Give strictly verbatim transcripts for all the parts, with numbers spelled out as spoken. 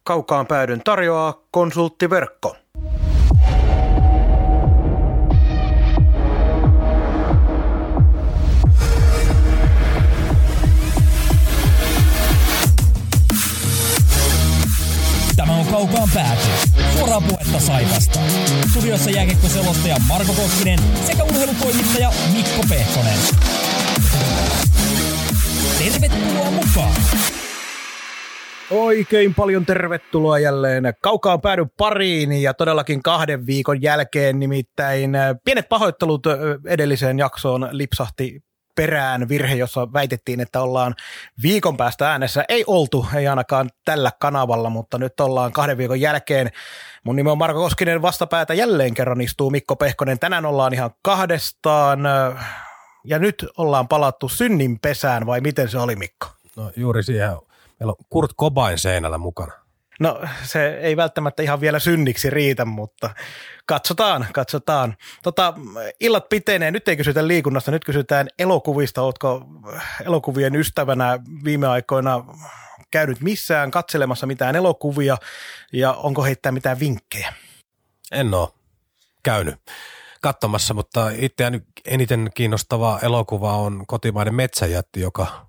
Kaukaan päädyn tarjoaa Konsulttiverkko. Tämä on Kaukaan pääty. Suoraa puhetta Saipasta. Studiossa jääkiekkoselostaja Marko Koskinen sekä urheilutoimittaja Mikko Pehkonen. Tervetuloa mukaan! Oikein paljon tervetuloa jälleen Kaukaan päädyn pariin ja todellakin kahden viikon jälkeen, nimittäin pienet pahoittelut edelliseen jaksoon lipsahti perään virhe, jossa väitettiin, että ollaan viikon päästä äänessä. Ei oltu, ei ainakaan tällä kanavalla, mutta nyt ollaan kahden viikon jälkeen. Mun nimi on Marko Koskinen, vastapäätä jälleen kerran istuu Mikko Pehkonen. Tänään ollaan ihan kahdestaan ja nyt ollaan palattu synnin pesään, vai miten se oli, Mikko? No juuri siihen. Meillä on Kurt Cobain seinällä mukana. No se ei välttämättä ihan vielä synniksi riitä, mutta katsotaan, katsotaan. Tota, illat pitenee, nyt ei kysytä liikunnasta, nyt kysytään elokuvista. Ootko elokuvien ystävänä viime aikoina käynyt missään katselemassa mitään elokuvia ja onko heittää mitään vinkkejä? En ole käynyt katsomassa, mutta itseäni eniten kiinnostava elokuva on Kotimainen metsäjätti, joka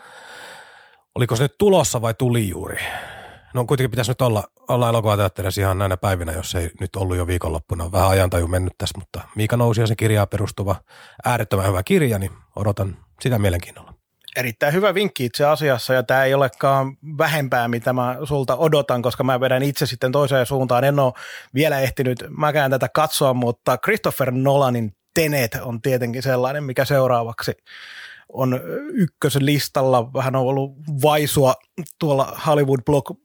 oliko se nyt tulossa vai tuli juuri? No kuitenkin pitäisi nyt olla, olla elokuvateatterissa ihan näinä päivinä, jos ei nyt ollut jo viikonloppuna. Vähän ajantaju mennyt tässä, mutta Miika Nousiaisen kirjaa perustuva äärettömän hyvä kirja, niin odotan sitä mielenkiinnolla. Erittäin hyvä vinkki itse asiassa, ja tämä ei olekaan vähempää, mitä mä sulta odotan, koska mä vedän itse sitten toiseen suuntaan. En ole vielä ehtinyt mäkään tätä katsoa, mutta Christopher Nolanin Tenet on tietenkin sellainen, mikä seuraavaksi on ykköslistalla. Vähän on ollut vaisua tuolla Hollywood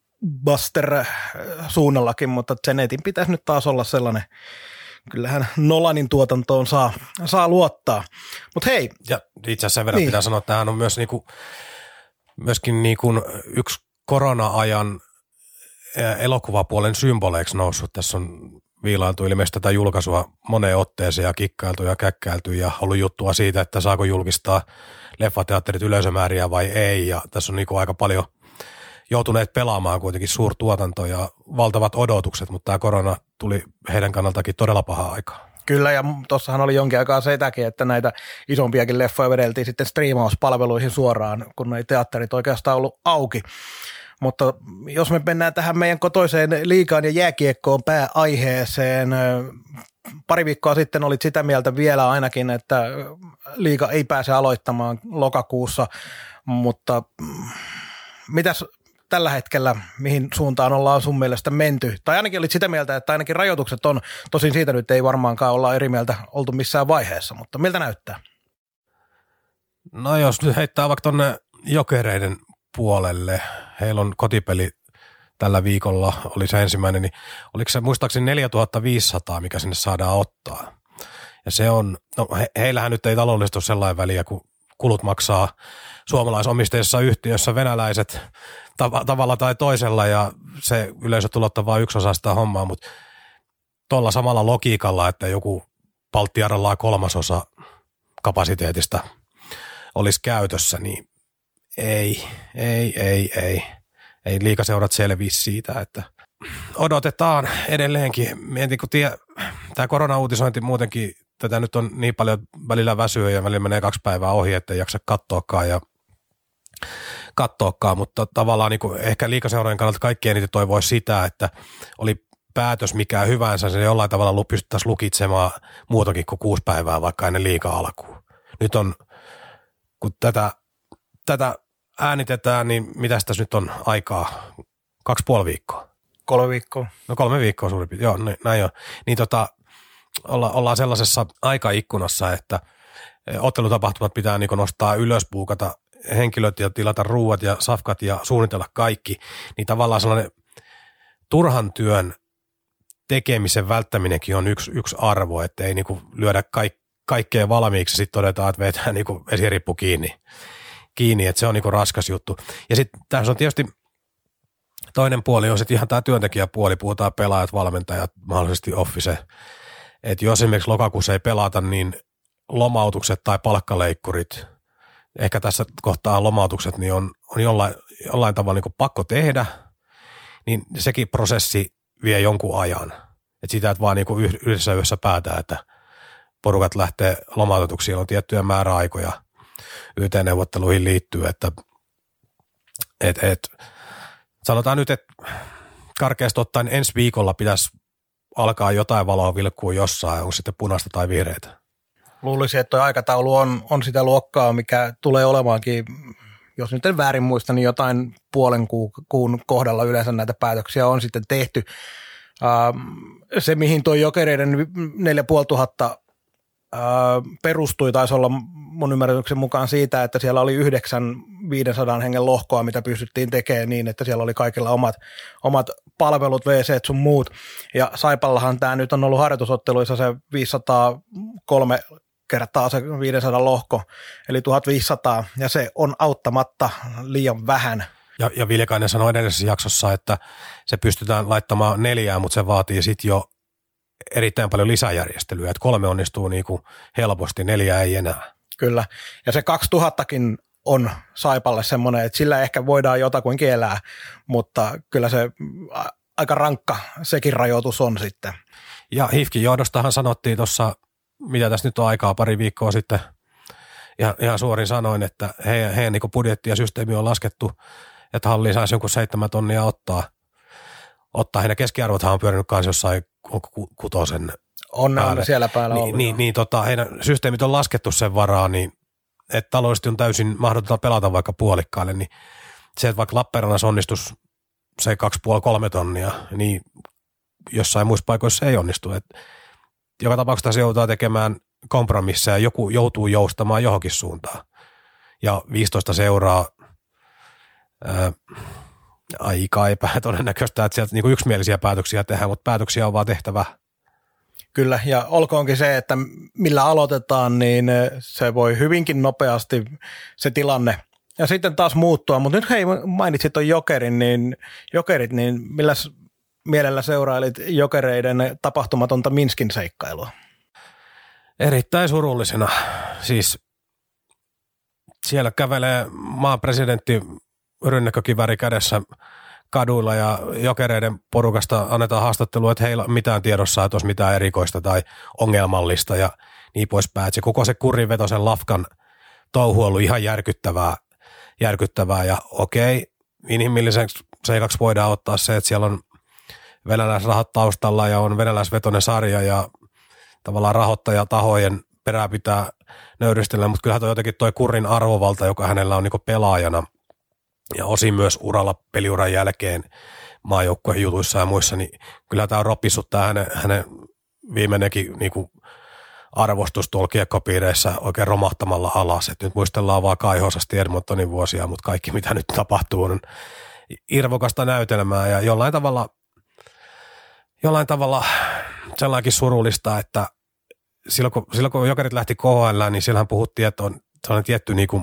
blockbuster-suunnallakin, mutta Tenetin pitäisi nyt taas olla sellainen. Kyllähän Nolanin tuotantoon saa, saa luottaa. Mut hei. Ja itse asiassa sen verran niin pitää sanoa, että tämähän on myös niinku, myöskin niinku yksi korona-ajan elokuvapuolen symboleiksi noussut. Tässä on viilailtu ilmeisesti tätä julkaisua moneen otteeseen ja kikkailtu ja käkkäilty ja ollut juttua siitä, että saako julkistaa leffateatterit yleisömääriä vai ei. Ja tässä on niinku aika paljon joutuneet pelaamaan kuitenkin suurtuotanto ja valtavat odotukset, mutta tämä korona tuli heidän kannaltakin todella pahaa aikaa. Kyllä, ja tuossahan oli jonkin aikaa sitäkin, että näitä isompiakin leffoja vedeltiin sitten striimauspalveluihin suoraan, kun ei teatterit oikeastaan ollut auki. Mutta jos me mennään tähän meidän kotoiseen liigaan ja jääkiekkoon pääaiheeseen, pari viikkoa sitten olit sitä mieltä vielä ainakin, että liiga ei pääse aloittamaan lokakuussa, mutta mitäs tällä hetkellä, mihin suuntaan ollaan sun mielestä menty? Tai ainakin olit sitä mieltä, että ainakin rajoitukset on, tosin siitä nyt ei varmaankaan olla eri mieltä oltu missään vaiheessa, mutta miltä näyttää? No jos nyt heittää vaikka tuonne Jokereiden puolelle, heillä on kotipeli tällä viikolla, oli se ensimmäinen, niin oliko se muistaakseni neljätuhatta viisisataa, mikä sinne saadaan ottaa. Ja se on, no he, heillähän nyt ei taloudellisesti ole sellainen väliä, kun kulut maksaa suomalaisomisteisessa yhtiössä venäläiset tav- tavalla tai toisella ja se yleisötulot on vain yksi osa sitä hommaa, mutta tuolla samalla logiikalla, että joku Baltiaralla kolmasosa kapasiteetista olisi käytössä, niin ei, ei, ei, ei. Ei liigaseurat selviisi siitä, että odotetaan edelleenkin. Mietin, kun tie, tämä korona-uutisointi muutenkin, tätä nyt on niin paljon välillä väsyä ja välillä menee kaksi päivää ohi, ettei jaksa katsoakaan ja katsoakaan, mutta tavallaan niin kuin ehkä liigaseurojen kannalta kaikki eniten toivoisi sitä, että oli päätös mikä hyvänsä, se jollain tavalla pystyttäisiin lukitsemaan muutakin kuin kuusi päivää vaikka ennen liigaa alkuun. Nyt on, kun tätä, tätä äänitetään, niin mitäs tässä nyt on aikaa? Kaksi puoli viikkoa. Kolme viikkoa. No kolme viikkoa suurin piirtein, joo, näin on. Niin tota, olla, ollaan sellaisessa aikaikkunassa, että ottelutapahtumat pitää niin nostaa ylös, puukata henkilöt ja tilata ruuat ja safkat ja suunnitella kaikki, niin tavallaan sellainen turhan työn tekemisen välttäminenkin on yksi, yksi arvo, että ei niin lyödä kaik, kaikkea valmiiksi ja sitten todetaan, että vetää niin esirippu kiinni. kiinni, että se on niinku raskas juttu. Ja sitten tässä on tietysti toinen puoli on sitten ihan tämä työntekijäpuoli, puhutaan pelaajat, valmentajat, mahdollisesti office. Että jos esimerkiksi lokakuussa ei pelata, niin lomautukset tai palkkaleikkurit, ehkä tässä kohtaa lomautukset, niin on, on jollain, jollain tavalla niinku pakko tehdä. niin sekin prosessi vie jonkun ajan. Että sitä, että vaan niinku yhdessä yössä päätään, että porukat lähtee lomautetuksi, on tiettyjä määräaikoja Y T-neuvotteluihin liittyy, että et, et, sanotaan nyt, että karkeasti ottaen ensi viikolla pitäisi alkaa jotain valoa vilkkuu jossain, onko sitten punaista tai vihreitä. Luulisin, että tuo aikataulu on, on sitä luokkaa, mikä tulee olemaankin, jos nyt en väärin muista, niin jotain puolen kuun kohdalla yleensä näitä päätöksiä on sitten tehty. Se, mihin tuo Jokereiden neljätuhatta perustui, taisi olla mun ymmärryksen mukaan siitä, että siellä oli yhdeksän viisisataa hengen lohkoa, mitä pystyttiin tekemään niin, että siellä oli kaikilla omat, omat palvelut, W C sun muut. Ja Saipallahan tämä nyt on ollut harjoitusotteluissa se viisisataakolme kertaa se viisisataa lohko, eli tuhatviisisataa, ja se on auttamatta liian vähän. Ja, ja Vilkainen sanoi edellisessä jaksossa, että se pystytään laittamaan neljään, mutta se vaatii sitten jo erittäin paljon lisäjärjestelyä, että kolme onnistuu niin kuin helposti, neljä ei enää. Kyllä, ja se kaksituhattakin on Saipalle semmoinen, että sillä ehkä voidaan jotakuinkin elää, mutta kyllä se aika rankka sekin rajoitus on sitten. Ja H I F K:n johdostahan sanottiin tuossa, mitä tässä nyt on aikaa, pari viikkoa sitten, ja ihan suorin sanoin, että heidän, heidän niin budjetti ja systeemi on laskettu, että halli saisi jonkun seitsemän tonnia ottaa. Ottaa heidän keskiarvothan on pyörinyt kanssa jossain kutosen on päälle. Siellä päällä ollut. Niin, niin, niin tota, heidän systeemit on laskettu sen varaan, niin että taloudellisesti on täysin mahdotonta pelata vaikka puolikkaille, niin se, että vaikka Lappeenrannassa onnistus se kaksi puoli kolme tonnia, niin jossain muissa paikoissa se ei onnistu. Et joka tapauksessa se joutuu tekemään kompromisseja ja joku joutuu joustamaan johonkin suuntaan. Ja viisitoista seuraa ää, aika epätodennäköistä, että sieltä niin yksimielisiä päätöksiä tehdään, mutta päätöksiä on vaan tehtävä. Kyllä, ja olkoonkin se, että millä aloitetaan, niin se voi hyvinkin nopeasti se tilanne ja sitten taas muuttua. Mutta nyt hei, mainitsit tuon Jokerin, niin Jokerit, niin milläs mielellä seurailit Jokereiden tapahtumatonta Minskin seikkailua? Erittäin surullisena. Siis siellä kävelee maan presidentti rynnäkkökiväri kädessä kaduilla ja Jokereiden porukasta annetaan haastattelua, että heillä ei ole mitään tiedossa, että olisi mitään erikoista tai ongelmallista ja niin poispäin. Se koko se kurinvetoisen lafkan touhu on ollut ihan järkyttävää, järkyttävää ja okei, inhimilliseksi seikaksi voidaan ottaa se, että siellä on venäläisrahat taustalla ja on venäläisvetoinen sarja ja tavallaan rahoittajatahojen perää pitää nöyristellä, mutta kyllähän toi jotenkin toi Kurrin arvovalta, joka hänellä on niinku pelaajana ja osin myös uralla peliuran jälkeen maajoukkueen jutuissa ja muissa, niin kyllä tämä on ropissut tämä hänen, hänen viimeinenkin niinku arvostus tuolla kiekkopiireissä oikein romahtamalla alas. Et nyt muistellaan vaan Kaihosasti Edmontonin vuosia, mutta kaikki mitä nyt tapahtuu on irvokasta näytelmää ja jollain tavalla, jollain tavalla sellainkin surullista, että silloin kun, silloin kun Jokerit lähti K H L, niin siellähän puhuttiin, että on sellainen tietty niinku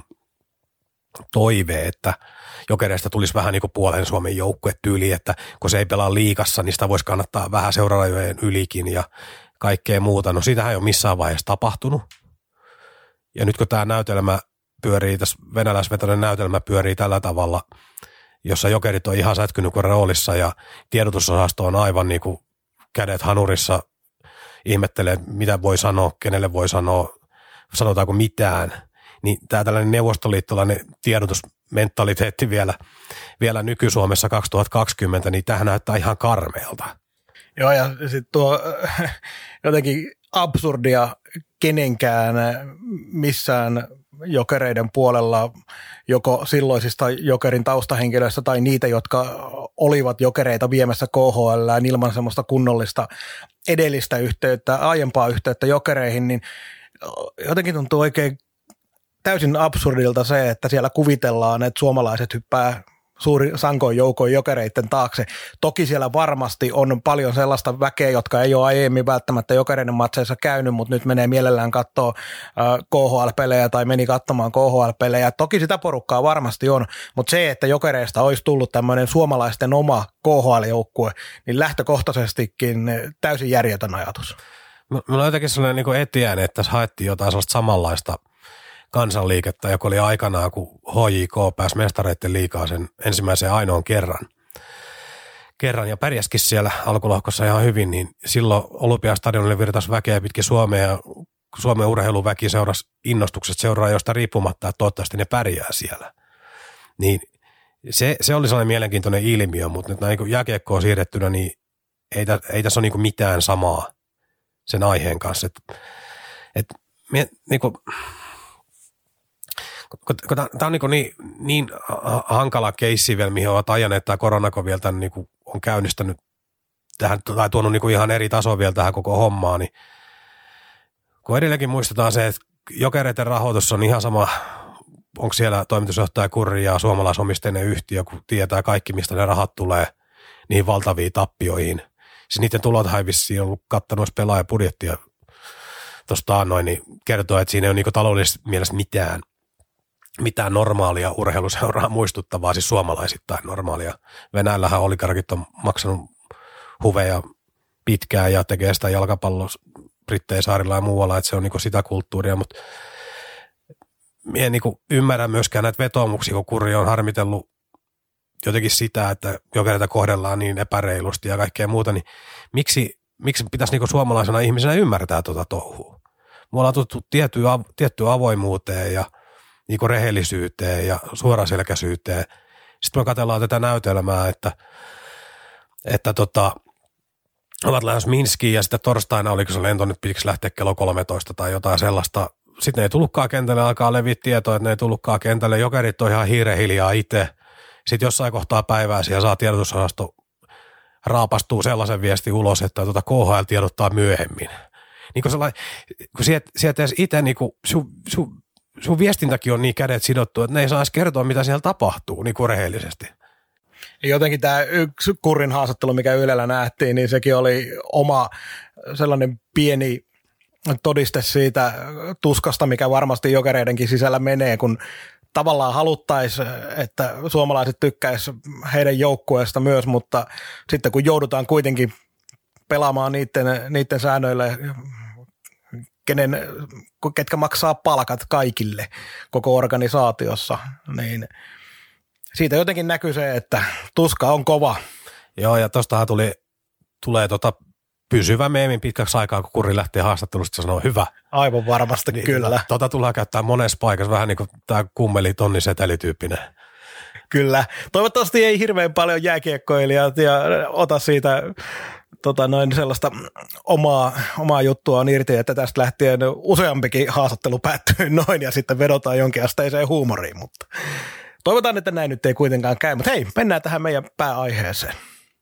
toive, että Jokereista tulisi vähän niin kuin puolen Suomen joukkuetyyli, että kun se ei pelaa liigassa, niin sitä voisi kannattaa vähän seurarajojen ylikin ja kaikkea muuta. No siitähän ei ole missään vaiheessa tapahtunut. Ja nyt kun tämä näytelmä pyörii, tässä venäläisvetoinen näytelmä pyörii tällä tavalla, jossa Jokerit on ihan sätkynyt kuin roolissa ja tiedotusosasto on aivan niin kuin kädet hanurissa, ihmettelee mitä voi sanoa, kenelle voi sanoa, sanotaanko mitään. Niin tämä tällainen neuvostoliittolainen tiedotusmentaliteetti vielä, vielä nyky-Suomessa kaksituhattakaksikymmentä, niin tämähän näyttää ihan karmeelta. Joo, ja sitten tuo jotenkin absurdia kenenkään missään Jokereiden puolella, joko silloisista Jokerin taustahenkilöistä tai niitä, jotka olivat Jokereita viemässä K H L:ään ilman semmoista kunnollista edellistä yhteyttä, aiempaa yhteyttä Jokereihin, niin jotenkin tuntuu oikein täysin absurdilta se, että siellä kuvitellaan, että suomalaiset hyppää suuri sankoin joukoin Jokereiden taakse. Toki siellä varmasti on paljon sellaista väkeä, jotka ei ole aiemmin välttämättä Jokereiden matseissa käynyt, mutta nyt menee mielellään katsoa K H L-pelejä tai meni katsomaan K H L-pelejä. Toki sitä porukkaa varmasti on, mutta se, että Jokereista olisi tullut tämmöinen suomalaisten oma K H L-joukkue, niin lähtökohtaisestikin täysin järjetön ajatus. Minulla on jotenkin sellainen niin etiäinen, että tässä haettiin jotain sellaista samanlaista kansanliikettä, joka oli aikanaan, kun H J K pääsi mestareiden liigaan sen ensimmäisen ainoan kerran. kerran ja pärjäskin siellä alkulohkossa ihan hyvin, niin silloin Olympiastadionille virtasi väkeä pitkin Suomea ja Suomen urheiluväki seurasi innostukset seuraa josta riippumatta, että toivottavasti ne pärjää siellä. Niin se, se oli sellainen mielenkiintoinen ilmiö, mutta nyt näin kun jääkiekkoon siirrettynä, niin ei, tä, ei tässä ole niin mitään samaa sen aiheen kanssa. Et, et, niin kuin, tämä on niin, niin, niin hankala keissi vielä, mihin ovat ajaneet tämä koronako vielä tämän, niin kuin on käynnistänyt tähän, tai tuonut niin kuin ihan eri tasoa vielä tähän koko hommaan, niin kun edelleenkin muistetaan se, että Jokereiden rahoitus on ihan sama, onko siellä toimitusjohtaja Kurri ja suomalaisomisteinen yhtiö, kun tietää kaikki, mistä ne rahat tulee niihin valtaviin tappioihin. Siis niiden tulot vissiin on ollut kattanut pelaajapudjettia tuosta annoin, niin kertoo, että siinä ei ole niin taloudellisessa mielessä mitään, mitään normaalia urheiluseuraa muistuttavaa, siis suomalaisittain normaalia. Venäjällähän oligarkit on maksanut huveja pitkään ja tekee sitä jalkapalloa Brittein saarilla ja muualla, että se on niin sitä kulttuuria, mutta minä en niin ymmärrä myöskään näitä vetoomuksia, kun Kurri on harmitellut jotenkin sitä, että Jokereita kohdellaan niin epäreilusti ja kaikkea muuta, niin miksi, miksi pitäisi niin suomalaisena ihmisenä ymmärtää tuota touhua? Me ollaan tuttu tiettyyn, tiettyyn avoimuuteen ja niin rehellisyyteen ja suoraselkäisyyteen. Sitten me katsellaan tätä näytelmää, että, että tota, ovat lähes Minskiin ja sitten torstaina oliko se lento nyt pitäisi lähteä kello kolmetoista tai jotain sellaista. Sitten ne ei tullutkaan kentälle, alkaa leviä tietoa, että ne ei tullutkaan kentälle. Jokerit on ihan hiiren hiljaa itse. Sitten jossain kohtaa päivää siellä saa tiedotusosasto raapastuu sellaisen viesti ulos, että tuota K H L tiedottaa myöhemmin. Niin kun, kun sieltä, sieltä itse niin sun, sun, sun viestintäkin on niin kädet sidottu, että ne ei saa edes kertoa, mitä siellä tapahtuu niin kuin rehellisesti. Jotenkin tämä yksi Kurrin haastattelu, mikä Ylellä nähtiin, niin sekin oli oma sellainen pieni todiste siitä tuskasta, mikä varmasti Jokereidenkin sisällä menee, kun tavallaan haluttaisiin, että suomalaiset tykkäisivät heidän joukkueesta myös, mutta sitten kun joudutaan kuitenkin pelaamaan niiden, niiden säännöille, kenen, ketkä maksaa palkat kaikille koko organisaatiossa, niin siitä jotenkin näkyy se, että tuska on kova. Joo, ja tuostahan tuli, tulee tota pysyvä meemin pitkäksi aikaa, kun Kurri lähtee haastattelusta, se sanoo hyvä. Aivan varmasti, niin, kyllä. Tota, tota tullaan käyttää monessa paikassa, vähän niin kuin tämä kummeli tonni setelityyppinen. Kyllä. Toivottavasti ei hirveän paljon jääkiekkoilijat ja ota siitä tota, noin sellaista omaa, omaa juttua on irti, että tästä lähtien useampikin haastattelu päättyy noin ja sitten vedotaan jonkinasteiseen huumoriin, mutta toivotaan, että näin nyt ei kuitenkaan käy. Mutta hei, mennään tähän meidän pääaiheeseen.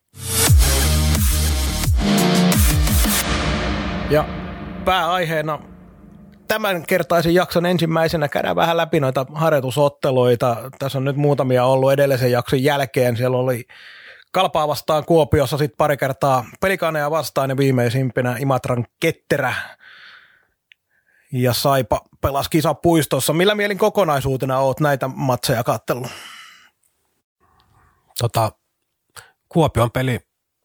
Ja pääaiheena tämän kertaisen jakson ensimmäisenä käydään vähän läpi noita harjoitusotteluita. Tässä on nyt muutamia ollut edellisen jakson jälkeen. Siellä oli Kalpaa vastaan Kuopiossa, sitten pari kertaa Pelikaneja vastaan ja viimeisimpänä Imatran Ketterä. Ja Saipa pelasi kisapuistossa. Millä mielin kokonaisuutena oot näitä matseja katsellut? Tota, Kuopion peli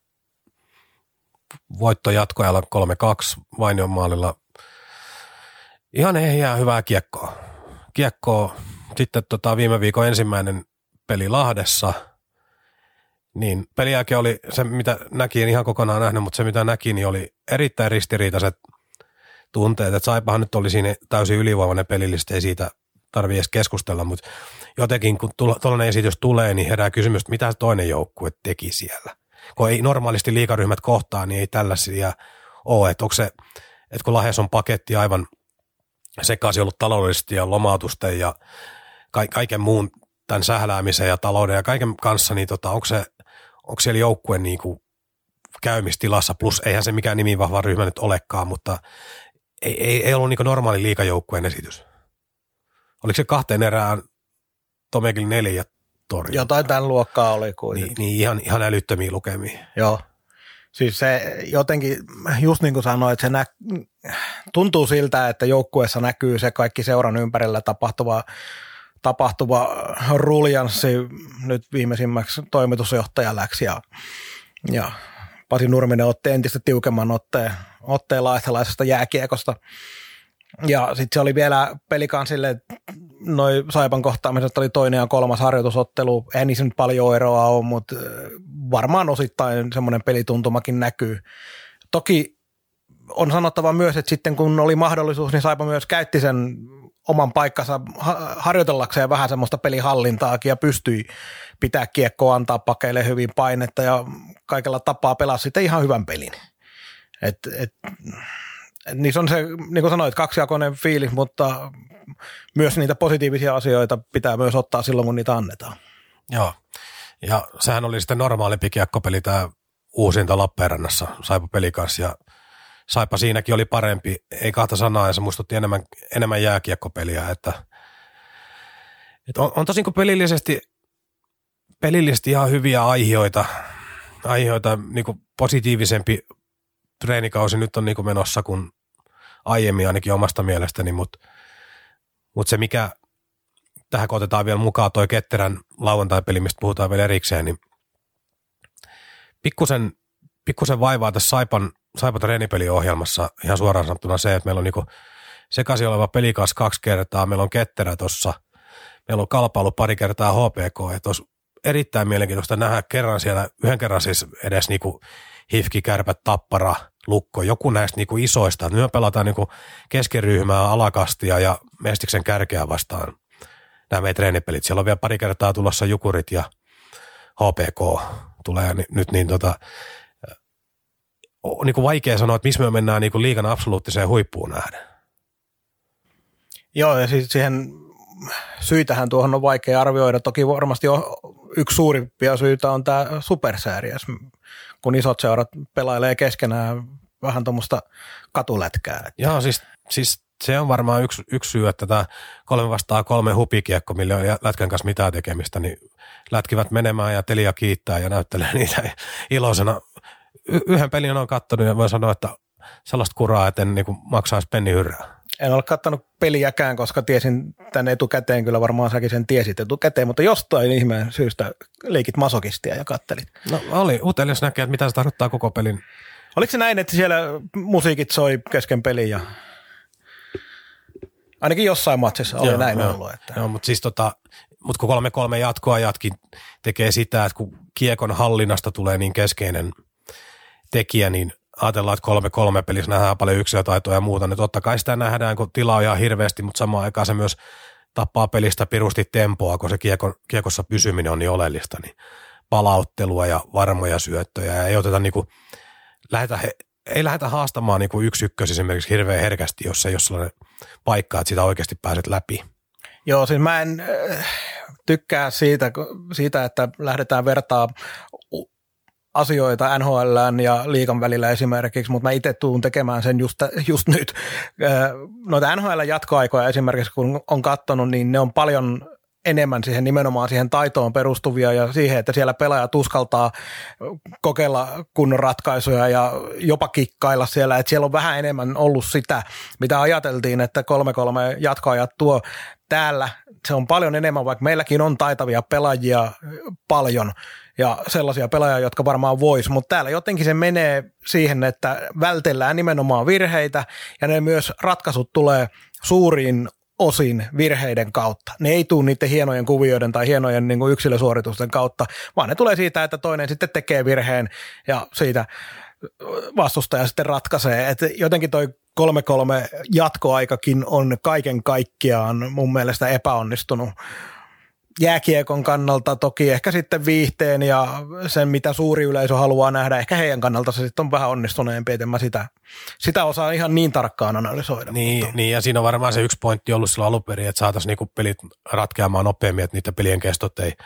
voitto jatkoajalla kolme kaksi Vainion maalilla. Ihan ehjää hyvää kiekkoa. Kiekkoa. Sitten tota, viime viikon ensimmäinen peli Lahdessa. Niin pelin jälkeen oli se, mitä näki, en ihan kokonaan nähnyt, mutta se mitä näki, niin oli erittäin ristiriitaiset tunteet. Että Saipahan nyt oli siinä täysin ylivoimainen pelillisesti, ei siitä tarvitse edes keskustella, mutta jotenkin kun tuollainen esitys tulee, niin herää kysymys, että mitä toinen joukkue teki siellä. Kun ei normaalisti liigaryhmät kohtaa, niin ei tällaisia ole. Että onko se, että kun Lahdessa on paketti aivan sekaisin ollut taloudellisesti ja lomautusten ja kaiken muun tämän sähläämisen ja talouden ja kaiken kanssa, niin tota, onko, se, onko siellä joukkue niin kuin käymistilassa, plus eihän se mikään nimi vahva ryhmä nyt olekaan, mutta ei, ei, ei ollut niin kuin normaali liigajoukkueen esitys. Oliko se kahteen erään Tomekille neljä torjunta? Jotain tämän luokkaa oli kuitenkin. Niin, niin ihan, ihan älyttömiä lukemia. Joo. Siis se jotenkin, just niin kuin sanoin, että se nä- tuntuu siltä, että joukkueessa näkyy se kaikki seuran ympärillä tapahtuva, tapahtuva ruljanssi nyt viimeisimmäksi toimitusjohtaja läksi ja, ja Pasi Nurminen otti entistä tiukemman otteen, otteen lahtelaisesta jääkiekosta. Ja sitten se oli vielä Pelikansille noi Saipan kohtaamiset oli toinen ja kolmas harjoitusottelu. Eihän niissä nyt paljon eroa ole, mutta varmaan osittain semmoinen pelituntumakin näkyy. Toki on sanottava myös, että sitten kun oli mahdollisuus, niin Saipa myös käytti sen oman paikkansa harjoitellakseen vähän semmoista pelihallintaakin ja pystyi pitää kiekkoa, antaa pakeille hyvin painetta ja kaikella tapaa pelaa sitten ihan hyvän pelin. Et, et, niissä on se, niin kuin sanoit, kaksijakoinen fiilis, mutta myös niitä positiivisia asioita pitää myös ottaa silloin, kun niitä annetaan. Joo, ja sehän oli sitten normaalimpi kiekkopeli tämä uusinta Lappeenrannassa Saipa peli kanssa, ja Saipa siinäkin oli parempi, ei kahta sanaa, ja se muistutti enemmän, enemmän jääkiekkopeliä, että, että on, on tosin kuin pelillisesti, pelillisesti ihan hyviä aiheita, aiheita niin kuin positiivisempi treenikausi nyt on niin kuin menossa kuin aiemmin ainakin omasta mielestäni, mutta, mutta se mikä tähän kun otetaan vielä mukaan toi Ketterän lauantai-peli, mistä puhutaan vielä erikseen, niin pikkusen, pikkusen vaivaa tässä Saipan, Saipan treenipeliohjelmassa ihan suoraan sanottuna se, että meillä on niinku sekaisin oleva peli kanssa kaksi kertaa, meillä on Ketterä tuossa, meillä on Kalpailu pari kertaa H P K, että olisi erittäin mielenkiintoista nähdä kerran siellä, yhden kerran siis edes niinku Hifki, Kärpät, Tappara, Lukko, joku näistä niinku isoista, että me pelataan niinku keskiryhmää, alakastia ja Mestiksen kärkeä vastaan nämä meidän treenipelit. Siellä on vielä pari kertaa tulossa Jukurit ja H P K tulee nyt niin tota, on niin kuin vaikea sanoa, että missä me mennään niin kuin liigan absoluuttiseen huippuun nähden. Joo, ja siis siihen syitähän tuohon on vaikea arvioida. Toki varmasti on, yksi suurimpia syitä on tämä supersääriäs, kun isot seurat pelailee keskenään vähän tuommoista katulätkää. Joo, siis, siis se on varmaan yksi, yksi syy, että tämä kolme vastaa kolme hupikiekko, millä ei ole lätkän kanssa mitään tekemistä, niin lätkivät menemään ja Telia kiittää ja näyttelee niitä iloisena. Y- yhden pelin on katsonut ja voi sanoa, että sellaista kuraa, että en niin kuin maksaisi pennihyrrää. En ole katsonut peliäkään, koska tiesin tämän etukäteen, kyllä varmaan säkin sen tiesit etukäteen, mutta jostain ihmeen syystä leikit masokistia ja kattelit. No oli, utelias näkee, että mitä se tarkoittaa koko pelin. Oliko se näin, että siellä musiikit soi kesken pelin ja ainakin jossain matsissa oli joo, näin joo, ollut. Että joo, mutta siis tota, mut kun kolme kolme jatkoa jatkin tekee sitä, että kun kiekon hallinnasta tulee niin keskeinen tekijä, niin ajatellaan, että kolme kolme pelissä nähdään paljon yksilötaitoa ja muuta, niin totta kai sitä nähdään, kun tilaa on ihan hirveästi, mutta samaan aikaan se myös tappaa pelistä pirusti tempoa, kun se kiekon, kiekossa pysyminen on niin oleellista, niin palauttelua ja varmoja syöttöjä ja ei oteta niinku, lähetä, ei lähdetä haastamaan niinku yksi ykkös esimerkiksi hirveän herkästi, jos ei ole sellainen paikka, että sitä oikeasti pääset läpi. Joo, siis mä en äh, tykkää siitä, siitä, että lähdetään vertaa asioita N H L:ään ja liigan välillä esimerkiksi, mutta mä itse tuun tekemään sen just, just nyt. Noita N H L:n jatkoaikoja esimerkiksi, kun on katsonut, niin ne on paljon enemmän siihen nimenomaan siihen taitoon perustuvia ja siihen, että siellä pelaajat uskaltaa kokeilla kunnon ratkaisuja ja jopa kikkailla siellä, että siellä on vähän enemmän ollut sitä, mitä ajateltiin, että kolme kolme jatkoajat tuo täällä. Se on paljon enemmän, vaikka meilläkin on taitavia pelaajia paljon ja sellaisia pelaajia, jotka varmaan vois, mutta täällä jotenkin se menee siihen, että vältellään nimenomaan virheitä ja ne myös ratkaisut tulee suuriin osin virheiden kautta. Ne ei tule niiden hienojen kuvioiden tai hienojen niin kuin yksilösuoritusten kautta, vaan ne tulee siitä, että toinen sitten tekee virheen ja siitä vastustaja sitten ratkaisee. Et jotenkin toi kolme kolme jatkoaikakin on kaiken kaikkiaan mun mielestä epäonnistunut. Jääkiekon kannalta toki ehkä sitten viihteen ja sen, mitä suuri yleisö haluaa nähdä, ehkä heidän kannalta se sitten on vähän onnistuneempi, että mä sitä, sitä osaa ihan niin tarkkaan analysoida. Niin, niin, ja siinä on varmaan se yksi pointti ollut silloin alun perin, että saataisiin niinku pelit ratkeamaan nopeammin, että niitä pelien kestot ei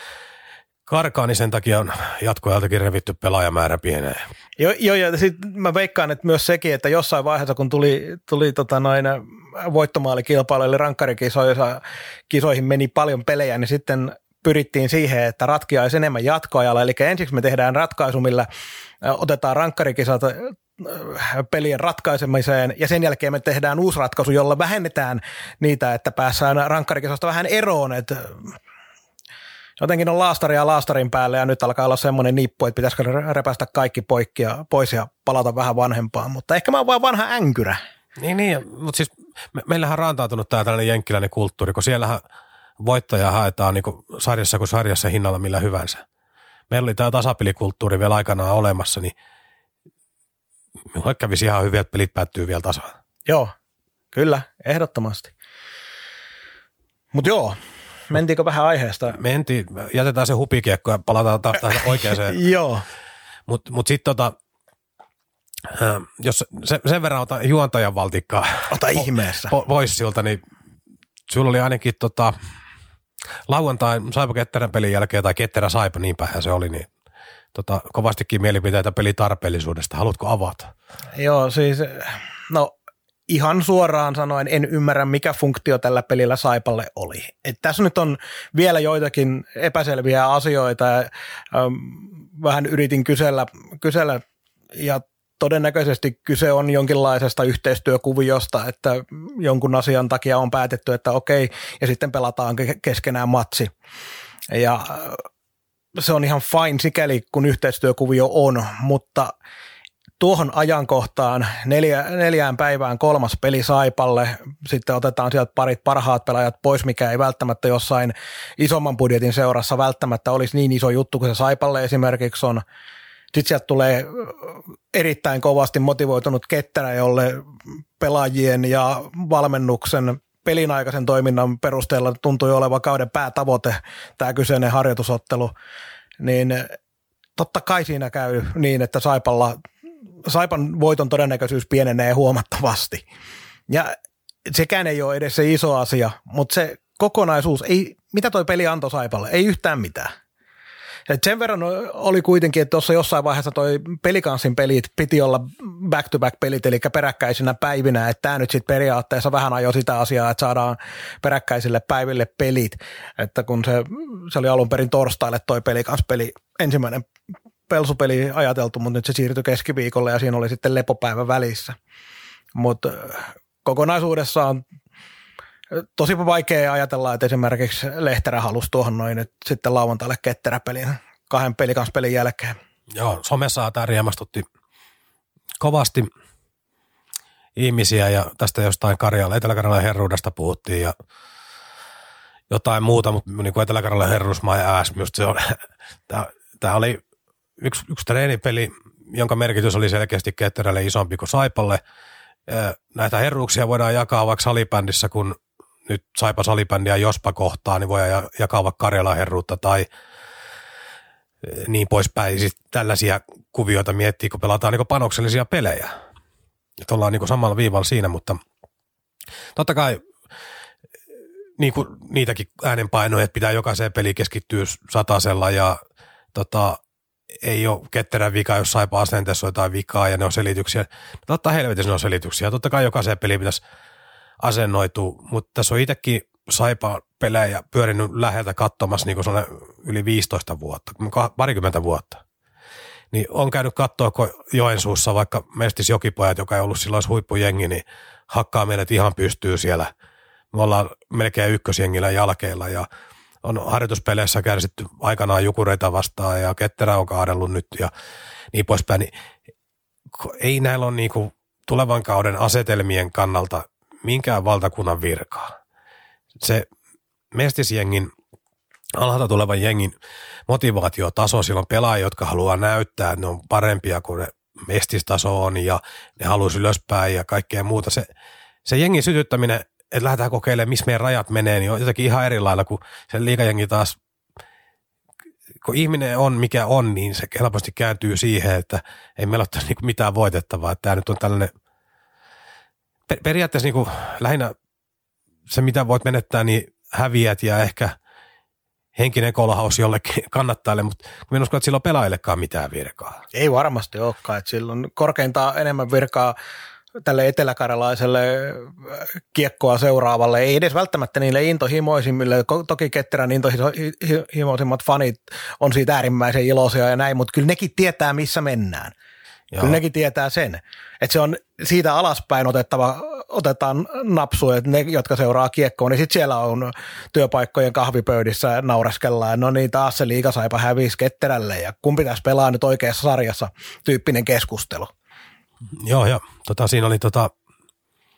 karkaa, niin sen takia on jatkoajaltakin revitty pelaajamäärä pieneen. Joo, jo, ja sitten mä veikkaan, että myös sekin, että jossain vaiheessa, kun tuli, tuli tota noin voittomaalikilpailu, eli rankkarikisoihin meni paljon pelejä, niin sitten pyrittiin siihen, että ratkeaisi enemmän jatkoajalla. Eli ensiksi me tehdään ratkaisu, millä otetaan rankkarikisat pelien ratkaisemiseen ja sen jälkeen me tehdään uusi ratkaisu, jolla vähennetään niitä, että päässään rankkarikisasta vähän eroon, että jotenkin on laastaria laastarin päälle ja nyt alkaa olla semmoinen nippu, että pitäisikö repästä kaikki poikki ja pois ja palata vähän vanhempaan, mutta ehkä mä oon vaan vanha änkyrä. Niin, niin mutta siis me, meillähän on rantautunut tämä tällainen jenkkiläinen kulttuuri, kun siellähän voittajaa haetaan niin kuin sarjassa kuin sarjassa hinnalla millä hyvänsä. Meillä oli tämä tasapelikulttuuri vielä aikanaan olemassa, niin minulle kävisi ihan hyvin, että pelit päättyy vielä tasaan. Joo, kyllä, ehdottomasti. Mutta joo, mentiinkö vähän aiheesta? Mentiin, jätetään se hupikiekko ja palataan taas tähän oikeaan. Joo. Mutta mut sitten tota, jos se, sen verran ota juontajan valtikkaa Ota ihmeessä. Po, pois siltä, niin sulla oli ainakin tota, lauantain Saipa Ketterän pelin jälkeen, tai Ketterä Saipa, niin pähän se oli, niin tota, kovastikin mielipiteitä pelitarpeellisuudesta. Haluatko avata? Joo, siis no ihan suoraan sanoen en ymmärrä, mikä funktio tällä pelillä Saipalle oli. Et tässä nyt on vielä joitakin epäselviä asioita ja ähm, vähän yritin kysellä, kysellä ja todennäköisesti kyse on jonkinlaisesta yhteistyökuviosta, että jonkun asian takia on päätetty, että okei, ja sitten pelataan keskenään matsi. Ja se on ihan fine sikäli, kun yhteistyökuvio on, mutta tuohon ajankohtaan neljä, neljään päivään kolmas peli Saipalle, sitten otetaan sieltä parit parhaat pelaajat pois, mikä ei välttämättä jossain isomman budjetin seurassa välttämättä olisi niin iso juttu kuin se Saipalle esimerkiksi on. Sitten sieltä tulee erittäin kovasti motivoitunut Ketterä, jolle pelaajien ja valmennuksen pelinaikaisen toiminnan perusteella tuntui olevan kauden päätavoite tämä kyseinen harjoitusottelu, niin totta kai siinä käy niin, että Saipalla, Saipan voiton todennäköisyys pienenee huomattavasti. Ja sekään ei ole edes se iso asia, mutta se kokonaisuus, ei, mitä toi peli antoi Saipalle? Ei yhtään mitään. Et sen verran oli kuitenkin, että tuossa jossain vaiheessa toi Pelikanssin pelit piti olla back-to-back-pelit, eli peräkkäisinä päivinä, että tämä nyt sitten periaatteessa vähän ajoi sitä asiaa, että saadaan peräkkäisille päiville pelit, että kun se, se oli alun perin torstaille toi Pelikans-peli, ensimmäinen Pelsupeli ajateltu, mutta nyt se siirtyi keskiviikolle ja siinä oli sitten lepopäivä välissä, mutta kokonaisuudessaan tosi vaikea ajatella, että esimerkiksi Lehterä halusi tuohon noin nyt sitten lauantaille Ketteräpelin kahden Pelikanspelin jälkeen. Joo, somessa tämä riemastutti kovasti ihmisiä ja tästä jostain Karjala, Etelä-Karjalan herruudesta puhuttiin ja jotain muuta, mutta niin kuin Etelä-Karjalan herruus, my ass, minusta se on, tämä, tämä oli yksi, yksi treenipeli, jonka merkitys oli selkeästi Ketterälle isompi kuin Saipalle. Näitä herruuksia voidaan jakaa vaikka salibändissä, kun nyt Saipa salibändiä jospa kohtaa, niin voidaan jakaa vaikka Karjalan herruutta tai niin poispäin. Siis tällaisia kuvioita miettii, kun pelataan niin panoksellisia pelejä. Että ollaan niin samalla viivalla siinä, mutta totta kai niin kuin niitäkin äänenpainoja, että pitää jokaiseen peliin keskittyä satasella ja tota, ei ole Ketterän vika, jos Saipa asenteessa on jotain vikaa ja ne on selityksiä. Totta helvetissä ne on selityksiä. Totta kai jokaiseen peliin pitäisi asennoitua, mutta tässä on itsekin Saipa-pelejä pyörinyt läheltä katsomassa niin kuin yli viisitoista vuotta, parikymmentä vuotta. Niin on käynyt katsoa, kun Joensuussa vaikka Mestis Jokipojat, joka ei ollut silloin huippujengi, niin hakkaa meidät ihan pystyy siellä. Me ollaan melkein ykkösjengillä jälkeillä ja on harjoituspeleissä kärsitty aikanaan Jukureita vastaan ja Ketterä on kaadellut nyt ja niin poispäin. Niin ei näillä ole niinku tulevan kauden asetelmien kannalta minkään valtakunnan virkaa. Se Mestisjengin, alhaalta tulevan jengin motivaatiotaso, siellä on pelaajia, jotka haluaa näyttää, että ne on parempia kuin ne Mestistaso on ja ne haluaisi ylöspäin ja kaikkea muuta. Se, se jengin sytyttäminen, että lähdetään kokeilemaan, missä meidän rajat menee, niin on jotenkin ihan eri lailla kuin se liigajengi taas, kun ihminen on mikä on, niin se helposti kääntyy siihen, että ei meillä ole niinku mitään voitettavaa. Että tämä nyt on tällainen, per- periaatteessa niinku lähinnä se, mitä voit menettää, niin häviät ja ehkä henkinen kolahaus jollekin kannattajalle, mutta minä uskon, että sillä on pelaajillekaan mitään virkaa. Ei varmasti olekaan, että sillä on korkeintaan enemmän virkaa tälle eteläkarjalaiselle kiekkoa seuraavalle, ei edes välttämättä niille intohimoisimmille, toki Ketterän intohimoisimmat fanit on siitä äärimmäisen iloisia ja näin, mutta kyllä nekin tietää, missä mennään. Joo. Kyllä nekin tietää sen, että se on siitä alaspäin otettava, otetaan napsu, että ne, jotka seuraa kiekkoa, niin sitten siellä on työpaikkojen kahvipöydissä naureskellaan, no niin taas se liigasaipa hävisi Ketterälle ja kumpi tässä pelaa nyt oikeassa sarjassa, tyyppinen keskustelu. Joo, ja tota, siinä oli tota,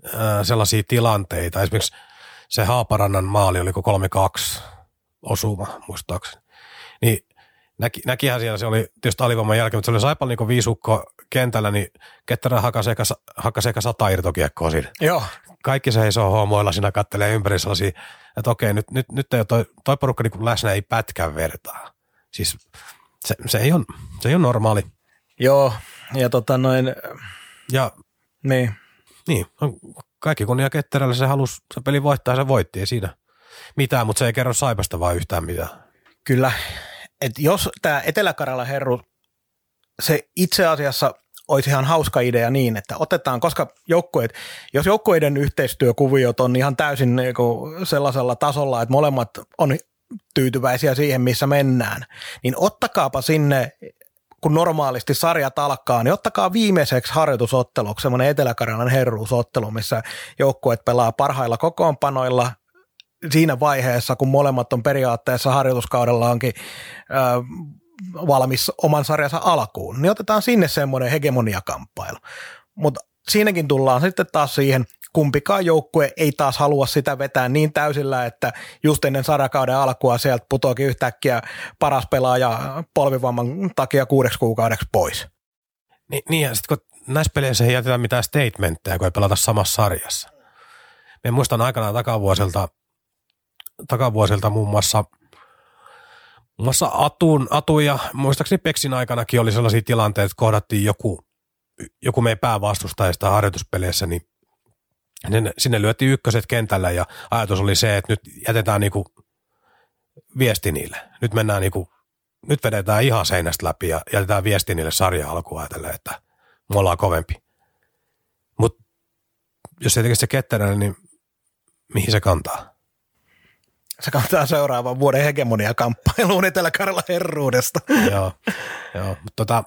ää, sellaisia tilanteita. Esimerkiksi se Haaparannan maali, oliko kolme kaksi osuma, muistaakseni. Niin näki, näkihän siellä, se oli tietysti alivoiman jälkeen, mutta se oli Saipalla niin viisukko kentällä, niin Ketterä hakasi eka, hakasi eka sata irtokiekkoa siinä. Joo. Kaikki seisoo hoomoilla siinä, kattelee ympäri sellaisia, että okei, nyt, nyt, nyt ei ole toi, toi porukka niin läsnä, ei pätkän vertaa. Siis se, se, ei ole, se ei ole normaali. Joo, ja tota noin, ja niin. Niin, kaikki kunnia Ketterälle, se halusi se peli voittaa ja se voitti, ei siinä mitään, mutta se ei kerro Saipasta vaan yhtään mitään. Kyllä, että jos tämä Etelä-Karjalan Herru, se itse asiassa olisi ihan hauska idea niin, että otetaan, koska joukkueet, jos joukkueiden yhteistyökuviot on ihan täysin niinku sellaisella tasolla, että molemmat on tyytyväisiä siihen, missä mennään, niin ottakaapa sinne, kun normaalisti sarjat alkaa, niin ottakaa viimeiseksi harjoitusotteluksi semmoinen Etelä-Karjalan herruusottelu, missä joukkueet pelaa parhailla kokoonpanoilla siinä vaiheessa, kun molemmat on periaatteessa harjoituskaudellaankin äh, valmis oman sarjansa alkuun, niin otetaan sinne semmoinen hegemoniakamppailu. Mutta siinäkin tullaan sitten taas siihen, kumpikaan joukkue ei taas halua sitä vetää niin täysillä, että just ennen sarjakauden alkua sieltä putoakin yhtäkkiä paras pelaaja polvivamman takia kuudeksi kuukaudeksi pois. Ni, niin ja sitten kun näissä peleissä ei jätetä mitään statementteja, kun ei pelata samassa sarjassa. Me muistan aikanaan takavuosilta, takavuosilta muun muassa Muun muassa Atun, Atu ja muistaakseni Peksin aikanakin oli sellaisia tilanteita, että kohdattiin joku, joku meidän päävastustajista harjoituspeleissä, niin sinne lyötiin ykköset kentällä ja ajatus oli se, että nyt jätetään niinku viesti niille. Nyt mennään niinku, nyt vedetään ihan seinästä läpi ja jätetään viesti niille sarja alkuun ajatellen, että me ollaan kovempi. Mutta jos ei tekisi se Ketterä, niin mihin se kantaa? Se kantaa seuraavan vuoden hegemonia-kamppailuun Etelä-Karjalan herruudesta. Joo, joo, mutta tota,